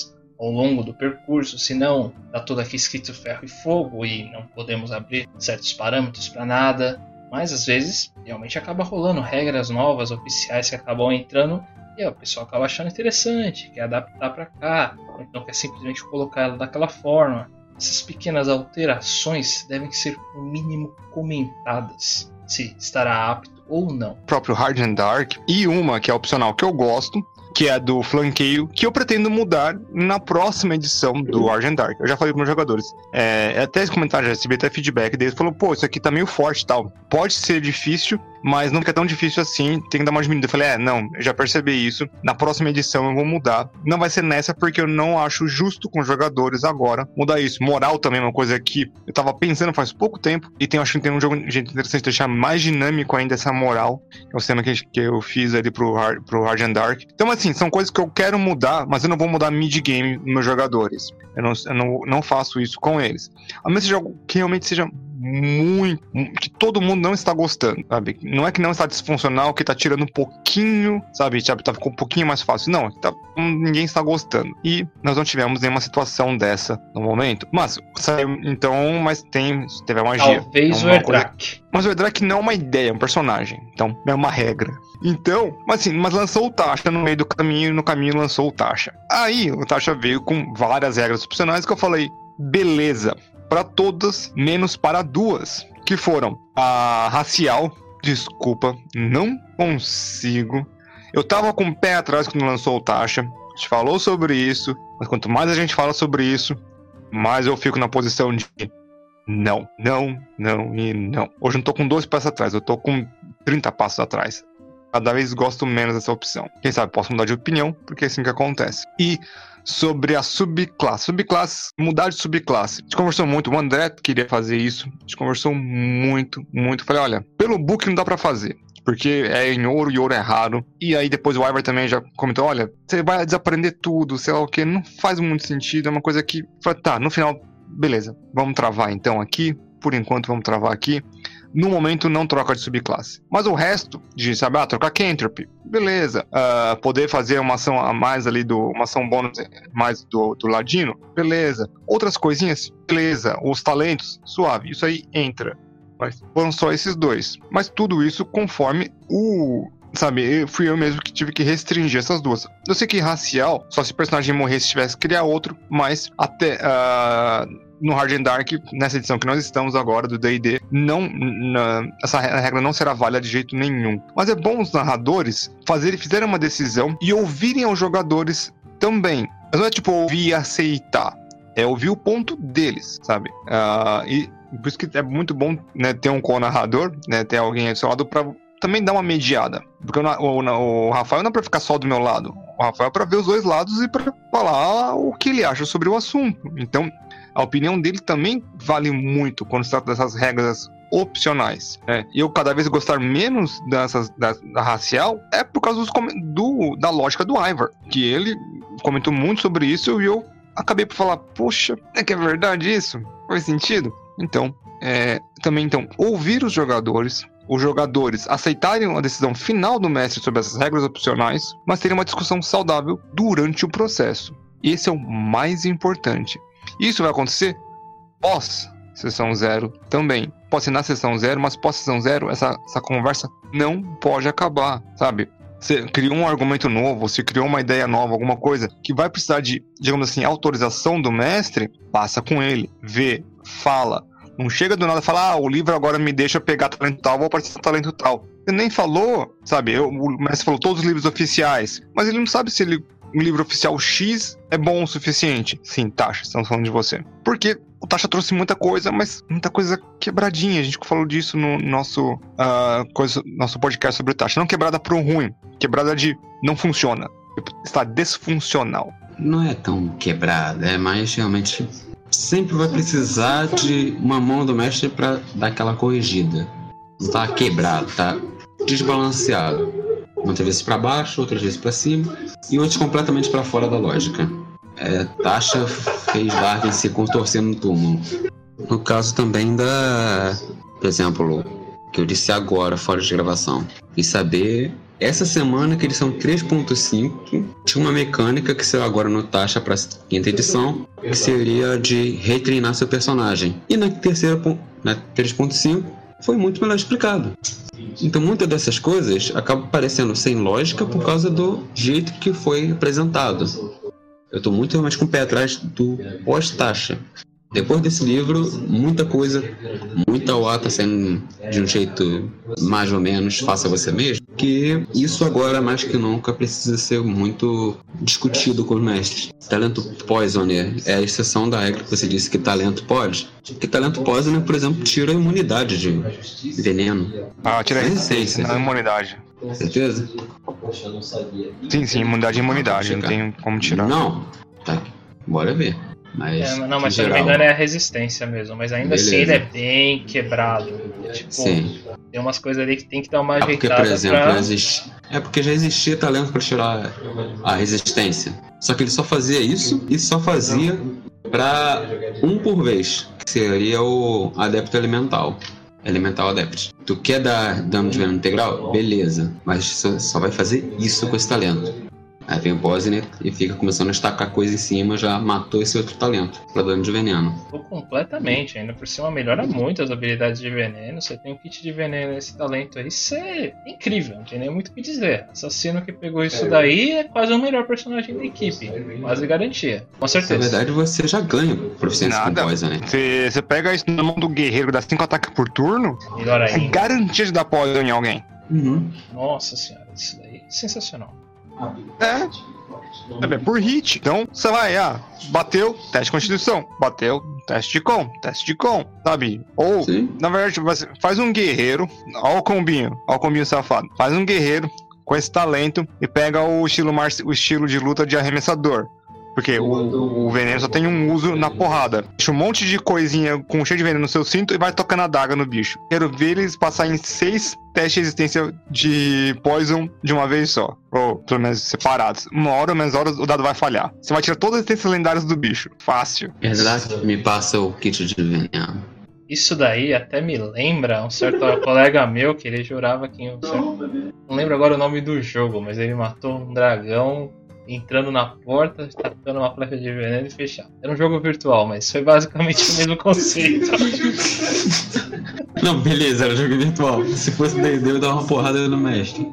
ao longo do percurso, se não, está tudo aqui escrito ferro e fogo e não podemos abrir certos parâmetros para nada, mas às vezes realmente acaba rolando regras novas, oficiais que acabam entrando e o pessoal acaba achando interessante, quer adaptar para cá, ou então quer simplesmente colocar ela daquela forma. essas pequenas alterações devem ser no mínimo comentadas, se estará apto ou não. O próprio Hard and Dark e uma que é opcional que eu gosto, que é do flanqueio, que eu pretendo mudar na próxima edição do Hard and Dark. Eu já falei para meus jogadores. Até esse comentário, já recebi até feedback deles, falou, pô, isso aqui tá meio forte e tal. Pode ser difícil, mas não fica tão difícil assim, tem que dar uma diminuída. Eu falei, não, eu já percebi isso. Na próxima edição eu vou mudar. Não vai ser nessa, porque eu não acho justo com os jogadores agora mudar isso. Moral também é uma coisa que eu tava pensando faz pouco tempo, e acho que tem um jogo interessante deixar mais dinâmico ainda essa moral. É o sistema que eu fiz ali pro Hard and Dark. Então, assim, são coisas que eu quero mudar, mas eu não vou mudar mid-game nos meus jogadores. Eu não faço isso com eles. A menos que realmente seja muito, que todo mundo não está gostando, sabe? Não é que não está disfuncional, que está tirando um pouquinho, sabe? Tá ficando um pouquinho mais fácil. Não, ninguém está gostando. E nós não tivemos nenhuma situação dessa no momento. Mas saiu, então, teve a magia. Talvez o Erdrak. Mas o Erdrak não é uma ideia, é um personagem. Então, é uma regra. Então, mas lançou o Tasha no meio do caminho, e no caminho lançou o Tasha. Aí, o Tasha veio com várias regras opcionais que eu falei, beleza, para todas, menos para duas, que foram a racial. Desculpa, não consigo. Eu tava com o pé atrás quando lançou o Tasha. A gente falou sobre isso, mas quanto mais a gente fala sobre isso, mais eu fico na posição de não, não, não e não. Hoje eu não tô com 12 passos atrás, eu tô com 30 passos atrás. Cada vez gosto menos dessa opção. Quem sabe posso mudar de opinião, porque é assim que acontece. E sobre a subclasse. Mudar de subclasse. A gente conversou muito, o André queria fazer isso. A gente conversou muito. Falei, olha, pelo book não dá pra fazer, porque é em ouro e ouro é raro. E aí depois o Ivar também já comentou, olha, você vai desaprender tudo, sei lá o que, não faz muito sentido, é uma coisa que... Tá, no final, beleza, vamos travar então aqui, por enquanto vamos travar aqui. No momento não troca de subclasse. Mas o resto de, sabe, trocar Cantrip, beleza. Poder fazer uma ação a mais ali, uma ação bônus mais do Ladino, beleza. Outras coisinhas, beleza. Os talentos, suave. Isso aí entra. Mas foram só esses dois. Mas tudo isso conforme sabe, fui eu mesmo que tive que restringir essas duas. Eu sei que racial, só se o personagem morresse tivesse que criar outro, mas até... no Hard and Dark, nessa edição que nós estamos agora do D&D, essa regra não será válida de jeito nenhum. Mas é bom os narradores fizerem uma decisão e ouvirem aos jogadores também. Mas não é tipo ouvir e aceitar, é ouvir o ponto deles, sabe? E por isso que é muito bom, né, ter um co-narrador, né, ter alguém do seu lado pra também dar uma mediada. Porque o Rafael não é pra ficar só do meu lado. O Rafael é pra ver os dois lados e pra falar o que ele acha sobre o assunto. Então, a opinião dele também vale muito quando se trata dessas regras opcionais. E eu cada vez gostar menos da racial é por causa da lógica do Ivar, que ele comentou muito sobre isso e eu acabei por falar, poxa, é que é verdade isso? Faz sentido? Então, também ouvir os jogadores aceitarem a decisão final do mestre sobre essas regras opcionais, mas terem uma discussão saudável durante o processo. Esse é o mais importante. Isso vai acontecer pós sessão 0 também. Pode ser na sessão 0, mas pós sessão 0, essa conversa não pode acabar, sabe? Você criou um argumento novo, você criou uma ideia nova, alguma coisa que vai precisar de, digamos assim, autorização do mestre, passa com ele, vê, fala. Não chega do nada e fala, o livro agora me deixa pegar talento tal, vou participar do talento tal. Você nem falou, sabe? O mestre falou todos os livros oficiais, mas ele não sabe se um livro oficial X é bom o suficiente. Sim, Tasha, estamos falando de você. Porque o Tasha trouxe muita coisa, mas muita coisa quebradinha. A gente falou disso no nosso podcast sobre o Tasha. Não quebrada pro ruim, quebrada de não funciona. Está desfuncional. Não é tão quebrada, é mais realmente... Sempre vai precisar de uma mão do mestre para dar aquela corrigida. Não tá quebrado, tá desbalanceado. Muitas vezes para baixo, outras vezes para cima e outras completamente para fora da lógica. Tasha fez Darwin se contorcer no túmulo. No caso também por exemplo, que eu disse agora, fora de gravação, e saber... Essa semana, que eles são 3.5, tinha uma mecânica que saiu agora no Tasha para a 5ª edição, que seria de retreinar seu personagem. E na 3.5 foi muito melhor explicado. Então muitas dessas coisas acabam parecendo sem lógica por causa do jeito que foi apresentado. Eu estou muito mais com o pé atrás do pós-Tasha. Depois desse livro, muita coisa, muita OA tá saindo de um jeito mais ou menos faça você mesmo, que isso agora mais que nunca precisa ser muito discutido com os mestres. Talento Poisoner é a exceção da regra que você disse que talento pode. Porque talento Poisoner, por exemplo, tira a imunidade de veneno. Tira a resistência. Não, imunidade. Certeza? Sim, imunidade é imunidade, não tem como tirar. Não, tá, bora ver. Mas se eu não me engano é a resistência mesmo, mas ainda Beleza. assim ele é bem quebrado. Tipo, sim. tem umas coisas ali que tem que dar uma Porque, ajeitada por exemplo, pra... porque já existia talento para tirar a resistência. Só que ele só fazia isso e só fazia para um por vez, que seria o Adepto Elemental. Elemental Adept. Tu quer dar dano de veneno integral? Beleza. Mas só vai fazer isso com esse talento. Aí vem o Poisoner e fica começando a estacar coisa em cima, já matou esse outro talento pra dano de veneno. Completamente, ainda por cima melhora muito as habilidades de veneno. Você tem um kit de veneno nesse talento aí, isso é incrível, não tem nem muito o que dizer. Assassino que pegou isso daí é quase o melhor personagem da equipe, quase garantia, com certeza. Na verdade você já ganha proficiência com Poisoner. Você pega isso na mão do guerreiro, dá 5 ataques por turno, melhor é ainda. garantia de dar Poison em alguém. Uhum. Nossa senhora, isso daí é sensacional. É por hit. Então, você vai, bateu, teste de constituição. Bateu, teste de com, sabe? Ou, Sim. na verdade, você faz um guerreiro, ó o combinho safado. Faz um guerreiro com esse talento e pega o estilo de luta de arremessador. Porque o veneno só tem um uso na porrada. Deixa um monte de coisinha com cheio de veneno no seu cinto e vai tocando a daga no bicho. Quero ver eles passar em 6 testes de resistência de Poison de uma vez só. Ou pelo menos separados. Uma hora ou menos hora o dado vai falhar. Você vai tirar todas as resistências lendárias do bicho. Fácil. Verdade, me passa o kit de veneno. Isso daí até me lembra um certo colega meu que ele jurava que... Não lembro agora o nome do jogo, mas ele matou um dragão entrando na porta, tacando uma flecha de veneno e fechando. Era um jogo virtual, mas foi basicamente o mesmo conceito. Não, beleza, era jogo virtual. Se fosse D&D, eu dava uma porrada no mestre.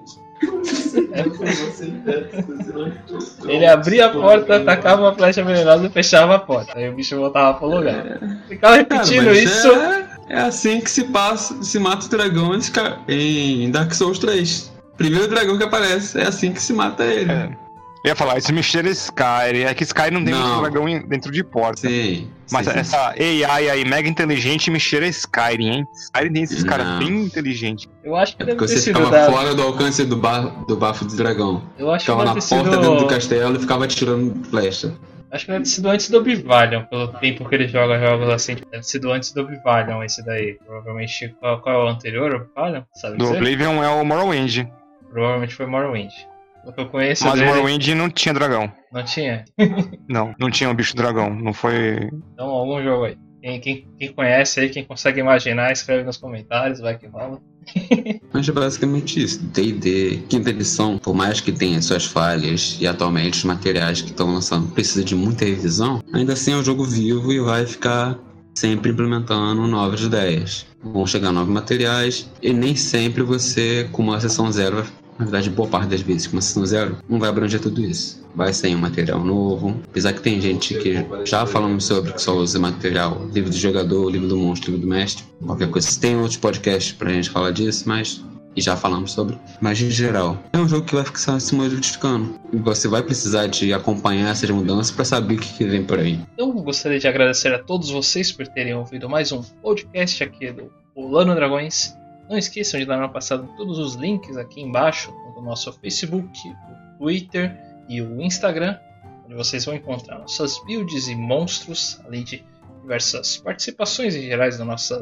Ele abria a porta, tacava uma flecha venenosa e fechava a porta. Aí o bicho voltava pro lugar. Ficava repetindo isso. É assim que se mata o dragão em Dark Souls 3. Primeiro dragão que aparece, é assim que se mata ele. Eu ia falar, isso mexer Skyrim. É que Skyrim não tem muito dragão dentro de porta. Sim. Mas sim. essa AI aí, mega inteligente, mexer Skyrim, hein? Skyrim tem esses caras bem inteligentes. Eu acho que deve ter Você sido ficava fora do alcance do bafo do dragão. Eu acho ficava que na deve porta ter sido... dentro do castelo e ficava atirando flecha. Acho que deve ter sido antes do Obvalion, pelo tempo que ele joga jogos assim. Deve ter sido antes do Obvalion esse daí. Provavelmente, qual é o anterior, Obvalion? Sabe Do dizer? Oblivion é o Morrowind. Provavelmente foi Morrowind. O que eu conheço Mas o dele... Morrowind não tinha dragão. Não tinha? Não tinha um bicho dragão. Não foi... Então, algum jogo aí. Quem conhece aí, quem consegue imaginar, escreve nos comentários, vai que rola. Mas é basicamente isso. D&D, quinta edição, por mais que tenha suas falhas e atualmente os materiais que estão lançando precisam de muita revisão, ainda assim é um jogo vivo e vai ficar sempre implementando novas ideias. Vão chegar novos materiais e nem sempre você, com uma sessão zero, na verdade, boa parte das vezes, com uma sessão zero, não vai abranger tudo isso. Vai sair um material novo. Apesar que tem gente que já falamos sobre que só usa material, livro do jogador, livro do monstro, livro do mestre, qualquer coisa. Tem outros podcasts pra gente falar disso, mas... E já falamos sobre. Mas, em geral, é um jogo que vai ficar se modificando. E você vai precisar de acompanhar essas mudanças pra saber o que vem por aí. Eu gostaria de agradecer a todos vocês por terem ouvido mais um podcast aqui do Rolando Dragões. Não esqueçam de dar uma passada em todos os links aqui embaixo do nosso Facebook, o Twitter e o Instagram, onde vocês vão encontrar nossas builds e monstros, além de diversas participações em gerais nossa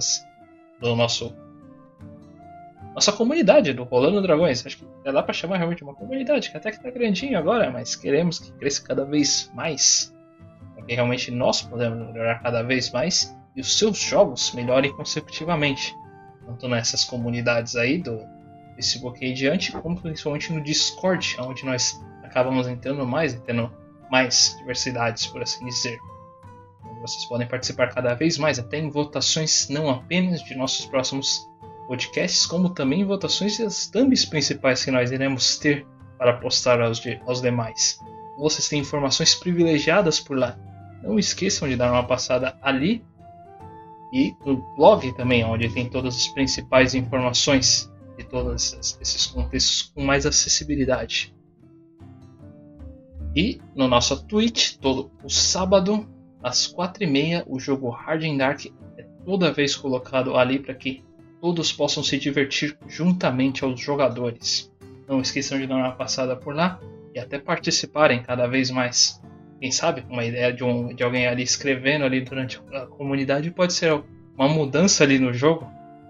comunidade do Rolando Dragões. Acho que dá pra chamar realmente uma comunidade, que até que tá grandinho agora, mas queremos que cresça cada vez mais, porque realmente nós podemos melhorar cada vez mais e os seus jogos melhorem consecutivamente. Tanto nessas comunidades aí do Facebook e diante, como principalmente no Discord, onde nós acabamos entrando mais e tendo mais diversidades, por assim dizer. Vocês podem participar cada vez mais, até em votações não apenas de nossos próximos podcasts, como também em votações das thumbs principais que nós iremos ter para postar aos demais. Vocês têm informações privilegiadas por lá. Não esqueçam de dar uma passada ali E no blog também, onde tem todas as principais informações de todos esses contextos com mais acessibilidade. E no nosso Twitch, todo o sábado, às 4h30, o jogo Hard and Dark é toda vez colocado ali para que todos possam se divertir juntamente aos jogadores. Não esqueçam de dar uma passada por lá e até participarem cada vez mais. Quem sabe, uma ideia de alguém ali escrevendo ali durante a comunidade pode ser uma mudança ali no jogo.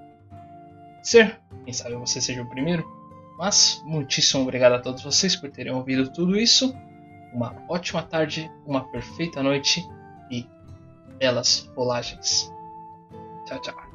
Quem sabe você seja o primeiro. Mas, muitíssimo obrigado a todos vocês por terem ouvido tudo isso. Uma ótima tarde, uma perfeita noite e belas rolagens. Tchau, tchau.